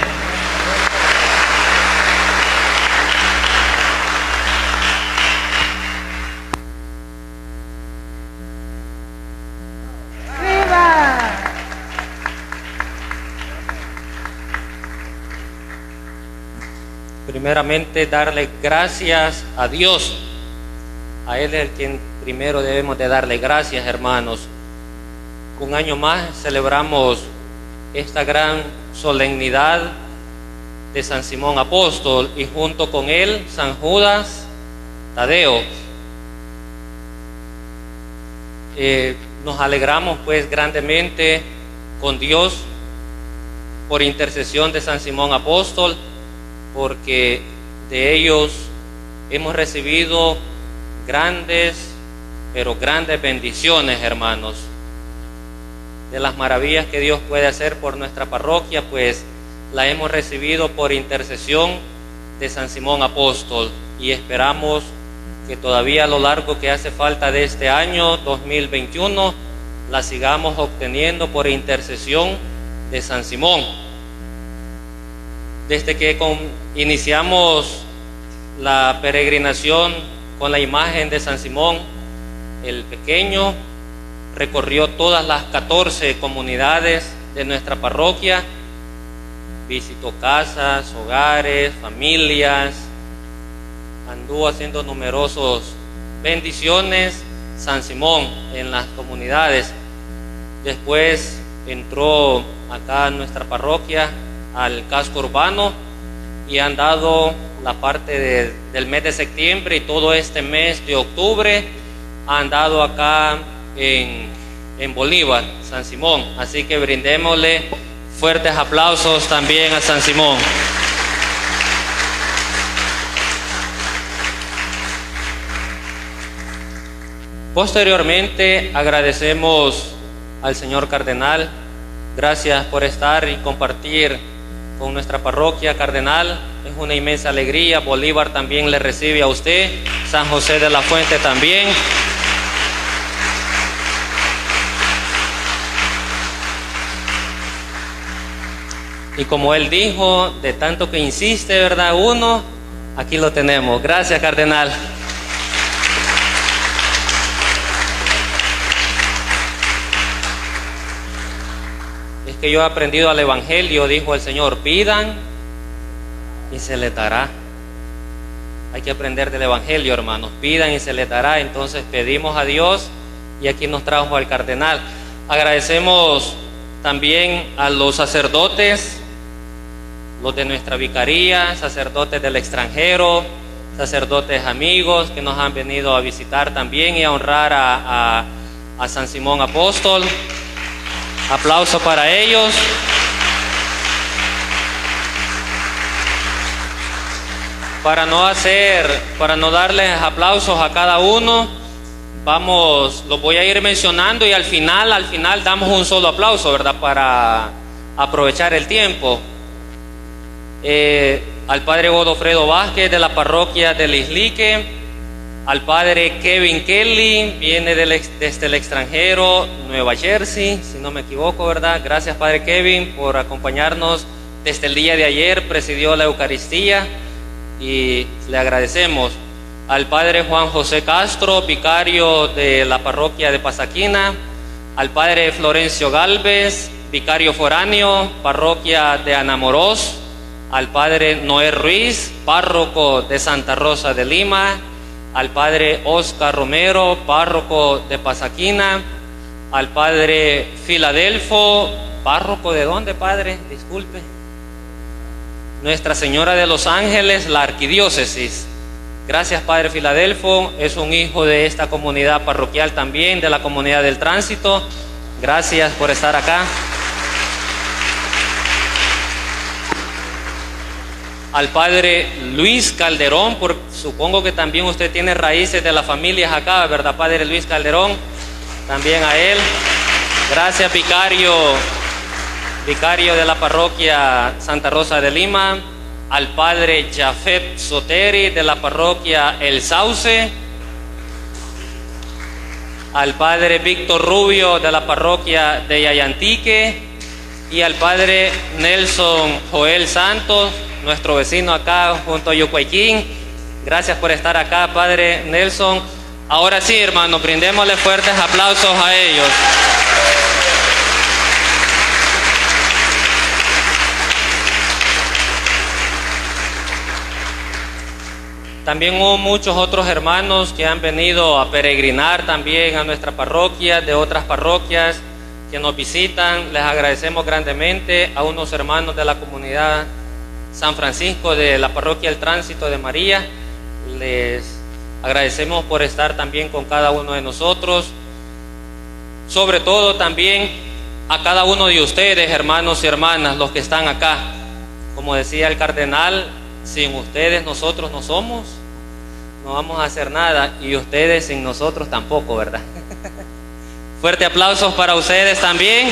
Primeramente, darle gracias a Dios. A Él es el quien primero debemos de darle gracias, hermanos. Un año más celebramos esta gran solemnidad de San Simón Apóstol y junto con él San Judas Tadeo. Nos alegramos pues grandemente con Dios por intercesión de San Simón Apóstol, porque de ellos hemos recibido grandes, pero grandes bendiciones, hermanos. De las maravillas que Dios puede hacer por nuestra parroquia, pues la hemos recibido por intercesión de San Simón Apóstol, y esperamos que todavía a lo largo que hace falta de este año 2021 la sigamos obteniendo por intercesión de San Simón. Desde que iniciamos la peregrinación con la imagen de San Simón el Pequeño, recorrió todas las 14 comunidades de nuestra parroquia, visitó casas, hogares, familias, anduvo haciendo numerosas bendiciones San Simón en las comunidades. Después entró acá en nuestra parroquia al casco urbano y han dado la parte del mes de septiembre y todo este mes de octubre han dado acá en Bolívar, San Simón. Así que brindémosle fuertes aplausos también a San Simón. Posteriormente agradecemos al señor cardenal. Gracias por estar y compartir con nuestra parroquia, cardenal. Es una inmensa alegría. Bolívar también le recibe a usted, San José de la Fuente también. Y como él dijo, de tanto que insiste, ¿verdad? Uno, aquí lo tenemos. Gracias, cardenal. Es que yo he aprendido al Evangelio, dijo el Señor, pidan y se les dará. Hay que aprender del Evangelio, hermanos. Pidan y se les dará. Entonces pedimos a Dios y aquí nos trajo al cardenal. Agradecemos también a los sacerdotes, los de nuestra vicaría, sacerdotes del extranjero, sacerdotes amigos que nos han venido a visitar también y a honrar a San Simón Apóstol. Aplauso para ellos. Para no darles aplausos a cada uno, Lo voy a ir mencionando y al final damos un solo aplauso, ¿verdad? Para aprovechar el tiempo. Al padre Godofredo Vázquez de la parroquia del Islique, al padre Kevin Kelly, viene desde el extranjero, Nueva Jersey, si no me equivoco, ¿verdad? Gracias, padre Kevin, por acompañarnos desde el día de ayer, presidió la Eucaristía y le agradecemos. Al padre Juan José Castro, vicario de la parroquia de Pasaquina, al padre Florencio Galvez, vicario foráneo, parroquia de Anamorós, al padre Noé Ruiz, párroco de Santa Rosa de Lima, al padre Oscar Romero, párroco de Pasaquina, al padre Filadelfo, párroco de dónde, padre, disculpe, Nuestra Señora de los Ángeles, la arquidiócesis. Gracias, padre Filadelfo, es un hijo de esta comunidad parroquial también, de la comunidad del Tránsito. Gracias por estar acá. Al padre Luis Calderón, supongo que también usted tiene raíces de las familias acá, ¿verdad, padre Luis Calderón? También a él. Gracias, vicario de la parroquia Santa Rosa de Lima. Al padre Jafet Soteri de la parroquia El Sauce, al padre Víctor Rubio de la parroquia de Yayantique y al padre Nelson Joel Santos, nuestro vecino acá junto a Yucuayquín. Gracias por estar acá, padre Nelson. Ahora sí, hermanos, brindémosle fuertes aplausos a ellos. También hubo muchos otros hermanos que han venido a peregrinar también a nuestra parroquia, de otras parroquias que nos visitan. Les agradecemos grandemente a unos hermanos de la comunidad San Francisco de la parroquia El Tránsito de María. Les agradecemos por estar también con cada uno de nosotros. Sobre todo también a cada uno de ustedes, hermanos y hermanas, los que están acá. Como decía el cardenal, sin ustedes nosotros no somos, no vamos a hacer nada, y ustedes sin nosotros tampoco, ¿verdad? Fuerte aplausos para ustedes también.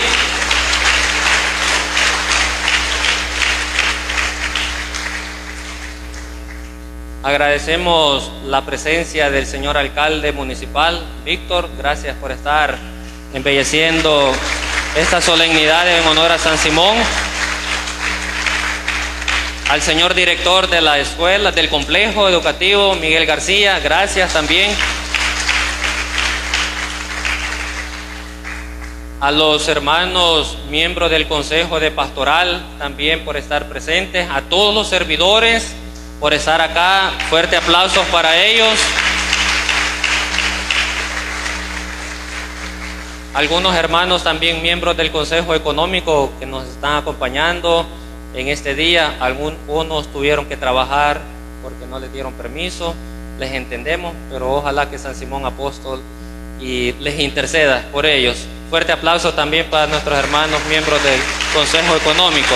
Agradecemos la presencia del señor alcalde municipal, Víctor. Gracias por estar embelleciendo esta solemnidad en honor a San Simón. Al señor director de la escuela, del complejo educativo, Miguel García, gracias también. A los hermanos miembros del Consejo de Pastoral, también por estar presentes. A todos los servidores por estar acá, fuerte aplausos para ellos. Algunos hermanos también miembros del Consejo Económico que nos están acompañando en este día. Algunos tuvieron que trabajar porque no les dieron permiso, les entendemos, pero ojalá que San Simón Apóstol y les interceda por ellos. Fuerte aplauso también para nuestros hermanos miembros del Consejo Económico.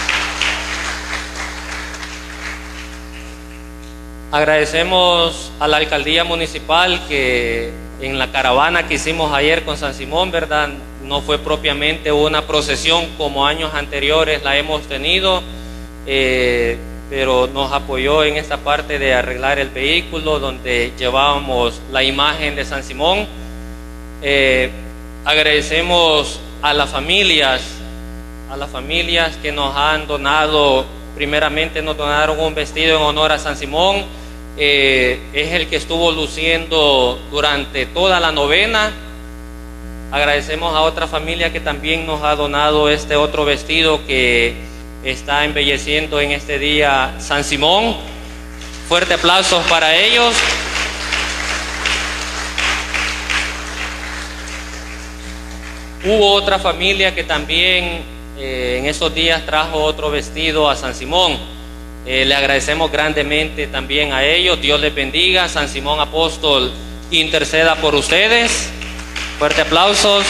Agradecemos a la alcaldía municipal que en la caravana que hicimos ayer con San Simón, ¿verdad?, no fue propiamente una procesión como años anteriores la hemos tenido, pero nos apoyó en esta parte de arreglar el vehículo donde llevábamos la imagen de San Simón. Agradecemos a las familias que nos han donado. Primeramente nos donaron un vestido en honor a San Simón, es el que estuvo luciendo durante toda la novena. Agradecemos a otra familia que también nos ha donado este otro vestido que está embelleciendo en este día San Simón. Fuerte aplausos para ellos. Hubo otra familia que también en esos días trajo otro vestido a San Simón. Le agradecemos grandemente también a ellos. Dios les bendiga. San Simón Apóstol interceda por ustedes. Fuerte aplausos.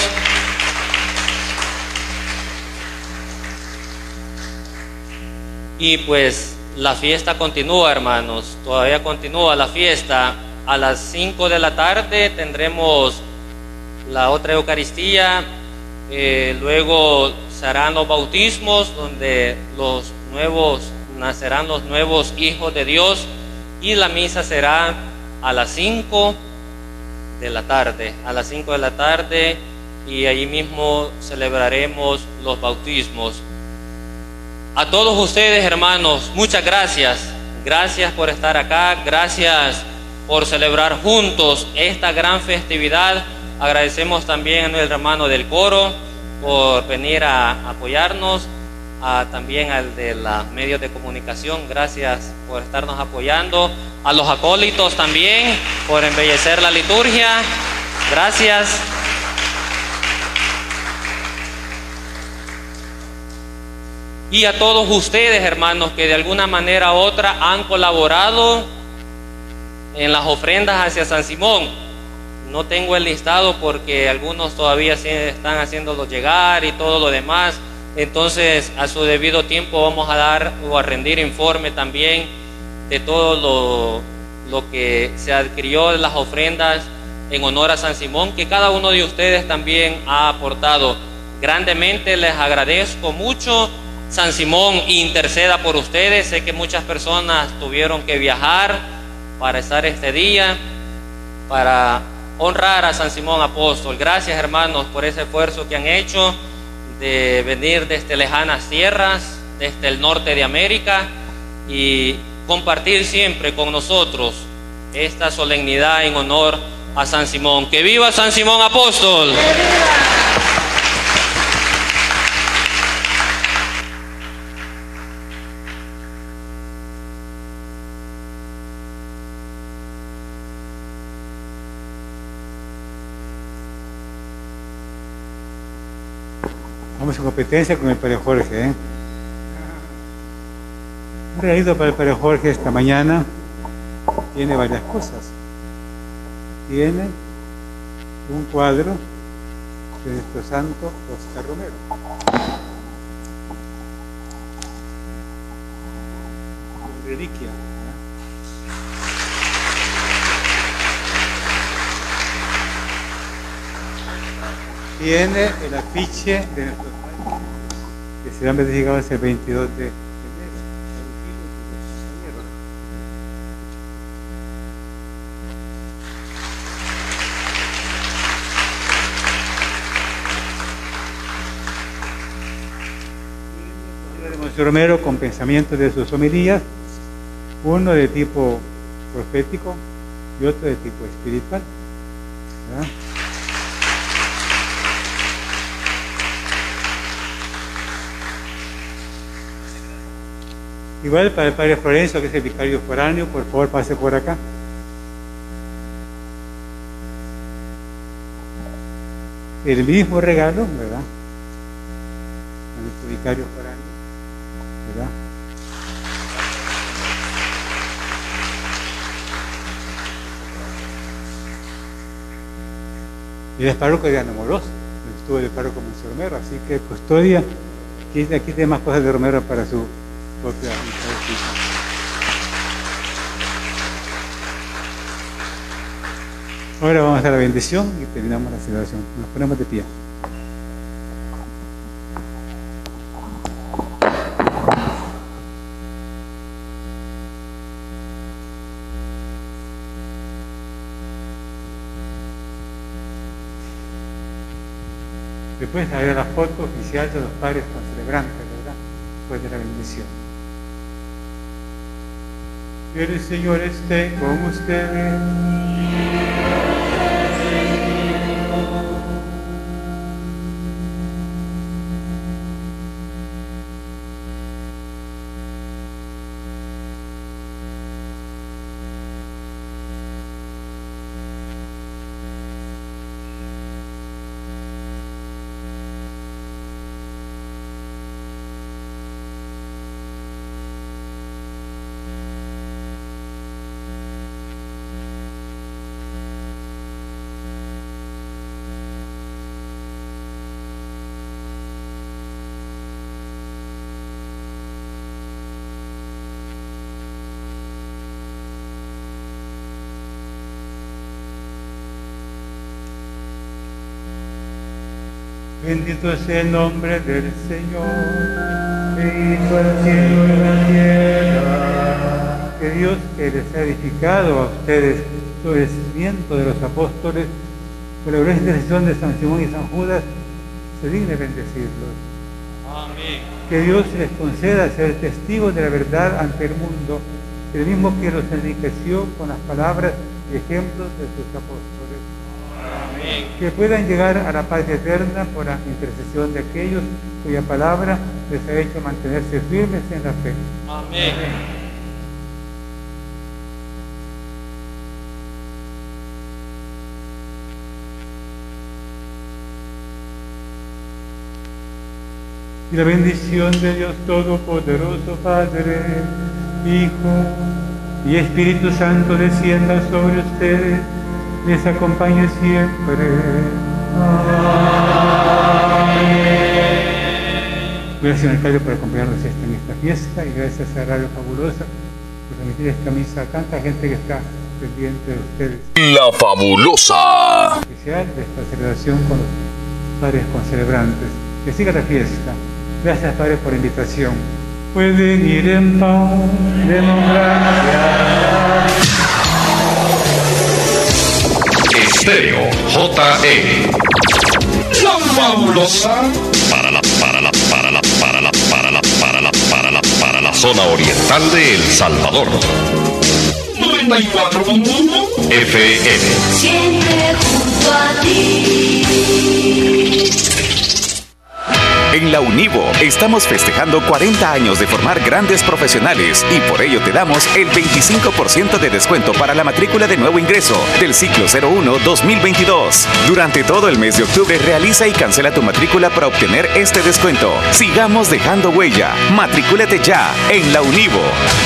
Y pues la fiesta continúa, hermanos. Todavía continúa la fiesta. a las 5 de la tarde tendremos la otra Eucaristía. Luego se harán los bautismos, donde nacerán los nuevos hijos de Dios, y la misa será a las 5 de la tarde. A las 5 de la tarde, y allí mismo celebraremos los bautismos. A todos ustedes, hermanos, muchas gracias. Gracias por estar acá, gracias por celebrar juntos esta gran festividad. Agradecemos también al hermano del coro por venir a apoyarnos, también al de los medios de comunicación, gracias por estarnos apoyando, a los acólitos también por embellecer la liturgia, gracias. Y a todos ustedes, hermanos, que de alguna manera u otra han colaborado en las ofrendas hacia San Simón. No tengo el listado porque algunos todavía están haciéndolo llegar y todo lo demás. Entonces, a su debido tiempo vamos a dar o a rendir informe también de todo lo que se adquirió de las ofrendas en honor a San Simón, que cada uno de ustedes también ha aportado. Grandemente les agradezco mucho. San Simón interceda por ustedes. Sé que muchas personas tuvieron que viajar para estar este día, para honrar a San Simón Apóstol. Gracias, hermanos, por ese esfuerzo que han hecho de venir desde lejanas tierras, desde el norte de América, y compartir siempre con nosotros esta solemnidad en honor a San Simón. ¡Que viva San Simón Apóstol! Vamos en competencia con el Padre Jorge. Un regalito para el Padre Jorge esta mañana. Tiene varias cosas. Tiene un cuadro de nuestro santo Oscar Romero. Una reliquia. Tiene el afiche de nuestro padre, que serán beatificados el 22 de enero. De Monseñor Romero con pensamientos de sus homilías, uno de tipo profético y otro de tipo espiritual. ¿Verdad? Igual para el Padre Florencio, que es el vicario foráneo, por favor pase por acá. El mismo regalo, ¿verdad? A nuestro vicario foráneo, ¿verdad? Y el párroco de Ana Moroso, estuvo el párroco Monseñor Romero, así que custodia, aquí tiene más cosas de Romero para su propia. Ahora vamos a hacer la bendición y terminamos la celebración. Nos ponemos de pie. Después haré la foto oficial de los padres concelebrantes, ¿verdad? Después de la bendición. Que el Señor esté con ustedes. Bendito sea el nombre del Señor, que hizo el cielo y la tierra. Que Dios, que les ha edificado a ustedes sobre el cimiento de los apóstoles, por la gloriosa intercesión de San Simón y San Judas, se digne bendecirlos. Amén. Que Dios les conceda ser testigos de la verdad ante el mundo, el mismo que los enriqueció con las palabras y ejemplos de sus apóstoles. Amén. Que puedan llegar a la paz eterna por la intercesión de aquellos cuya palabra les ha hecho mantenerse firmes en la fe. Amén. Amén. Y la bendición de Dios Todopoderoso, Padre, Hijo y Espíritu Santo descienda sobre ustedes, les acompañe siempre. Amén. Gracias, alcalde, por acompañarnos en esta fiesta, y gracias a Radio Fabulosa por permitir esta misa a tanta gente que está pendiente de ustedes. La Fabulosa. Especial de esta celebración con los padres concelebrantes. Que siga la fiesta. Gracias, Padre, por la invitación. Pueden ir en paz, democracia. Estéreo JE. La Fabulosa. Para la zona oriental de El Salvador. 94.1 FM. Siempre junto a ti. En la Univo estamos festejando 40 años de formar grandes profesionales y por ello te damos el 25% de descuento para la matrícula de nuevo ingreso del ciclo 01-2022. Durante todo el mes de octubre realiza y cancela tu matrícula para obtener este descuento. Sigamos dejando huella. Matricúlate ya en la Univo.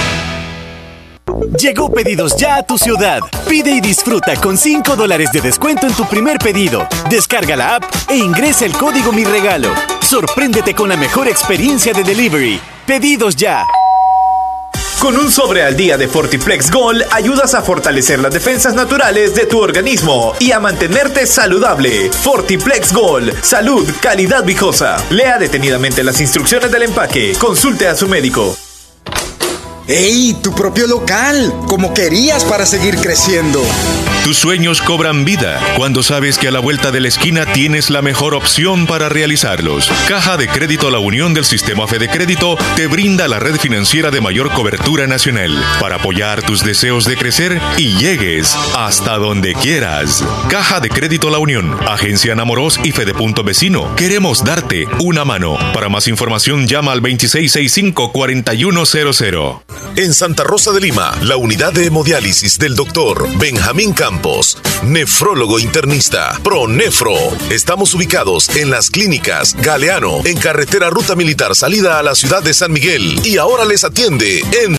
Llegó Pedidos Ya a tu ciudad. Pide y disfruta con $5 de descuento en tu primer pedido. Descarga la app e ingresa el código Mi Regalo. Sorpréndete con la mejor experiencia de delivery. Pedidos Ya. Con un sobre al día de Fortiplex Gold, ayudas a fortalecer las defensas naturales de tu organismo y a mantenerte saludable. Fortiplex Gold, salud, calidad viejosa. Lea detenidamente las instrucciones del empaque. Consulte a su médico. ¡Ey! ¡Tu propio local! ¡Como querías para seguir creciendo! Tus sueños cobran vida cuando sabes que a la vuelta de la esquina tienes la mejor opción para realizarlos. Caja de Crédito La Unión del Sistema Fede Crédito te brinda la red financiera de mayor cobertura nacional para apoyar tus deseos de crecer y llegues hasta donde quieras. Caja de Crédito La Unión, Agencia Namoros y Fedepunto Vecino. Queremos darte una mano. Para más información llama al 2665-4100. En Santa Rosa de Lima, la unidad de hemodiálisis del doctor Benjamín Campos, nefrólogo internista, ProNefro. Estamos ubicados en las clínicas Galeano, en carretera Ruta Militar salida a la ciudad de San Miguel, y ahora les atiende en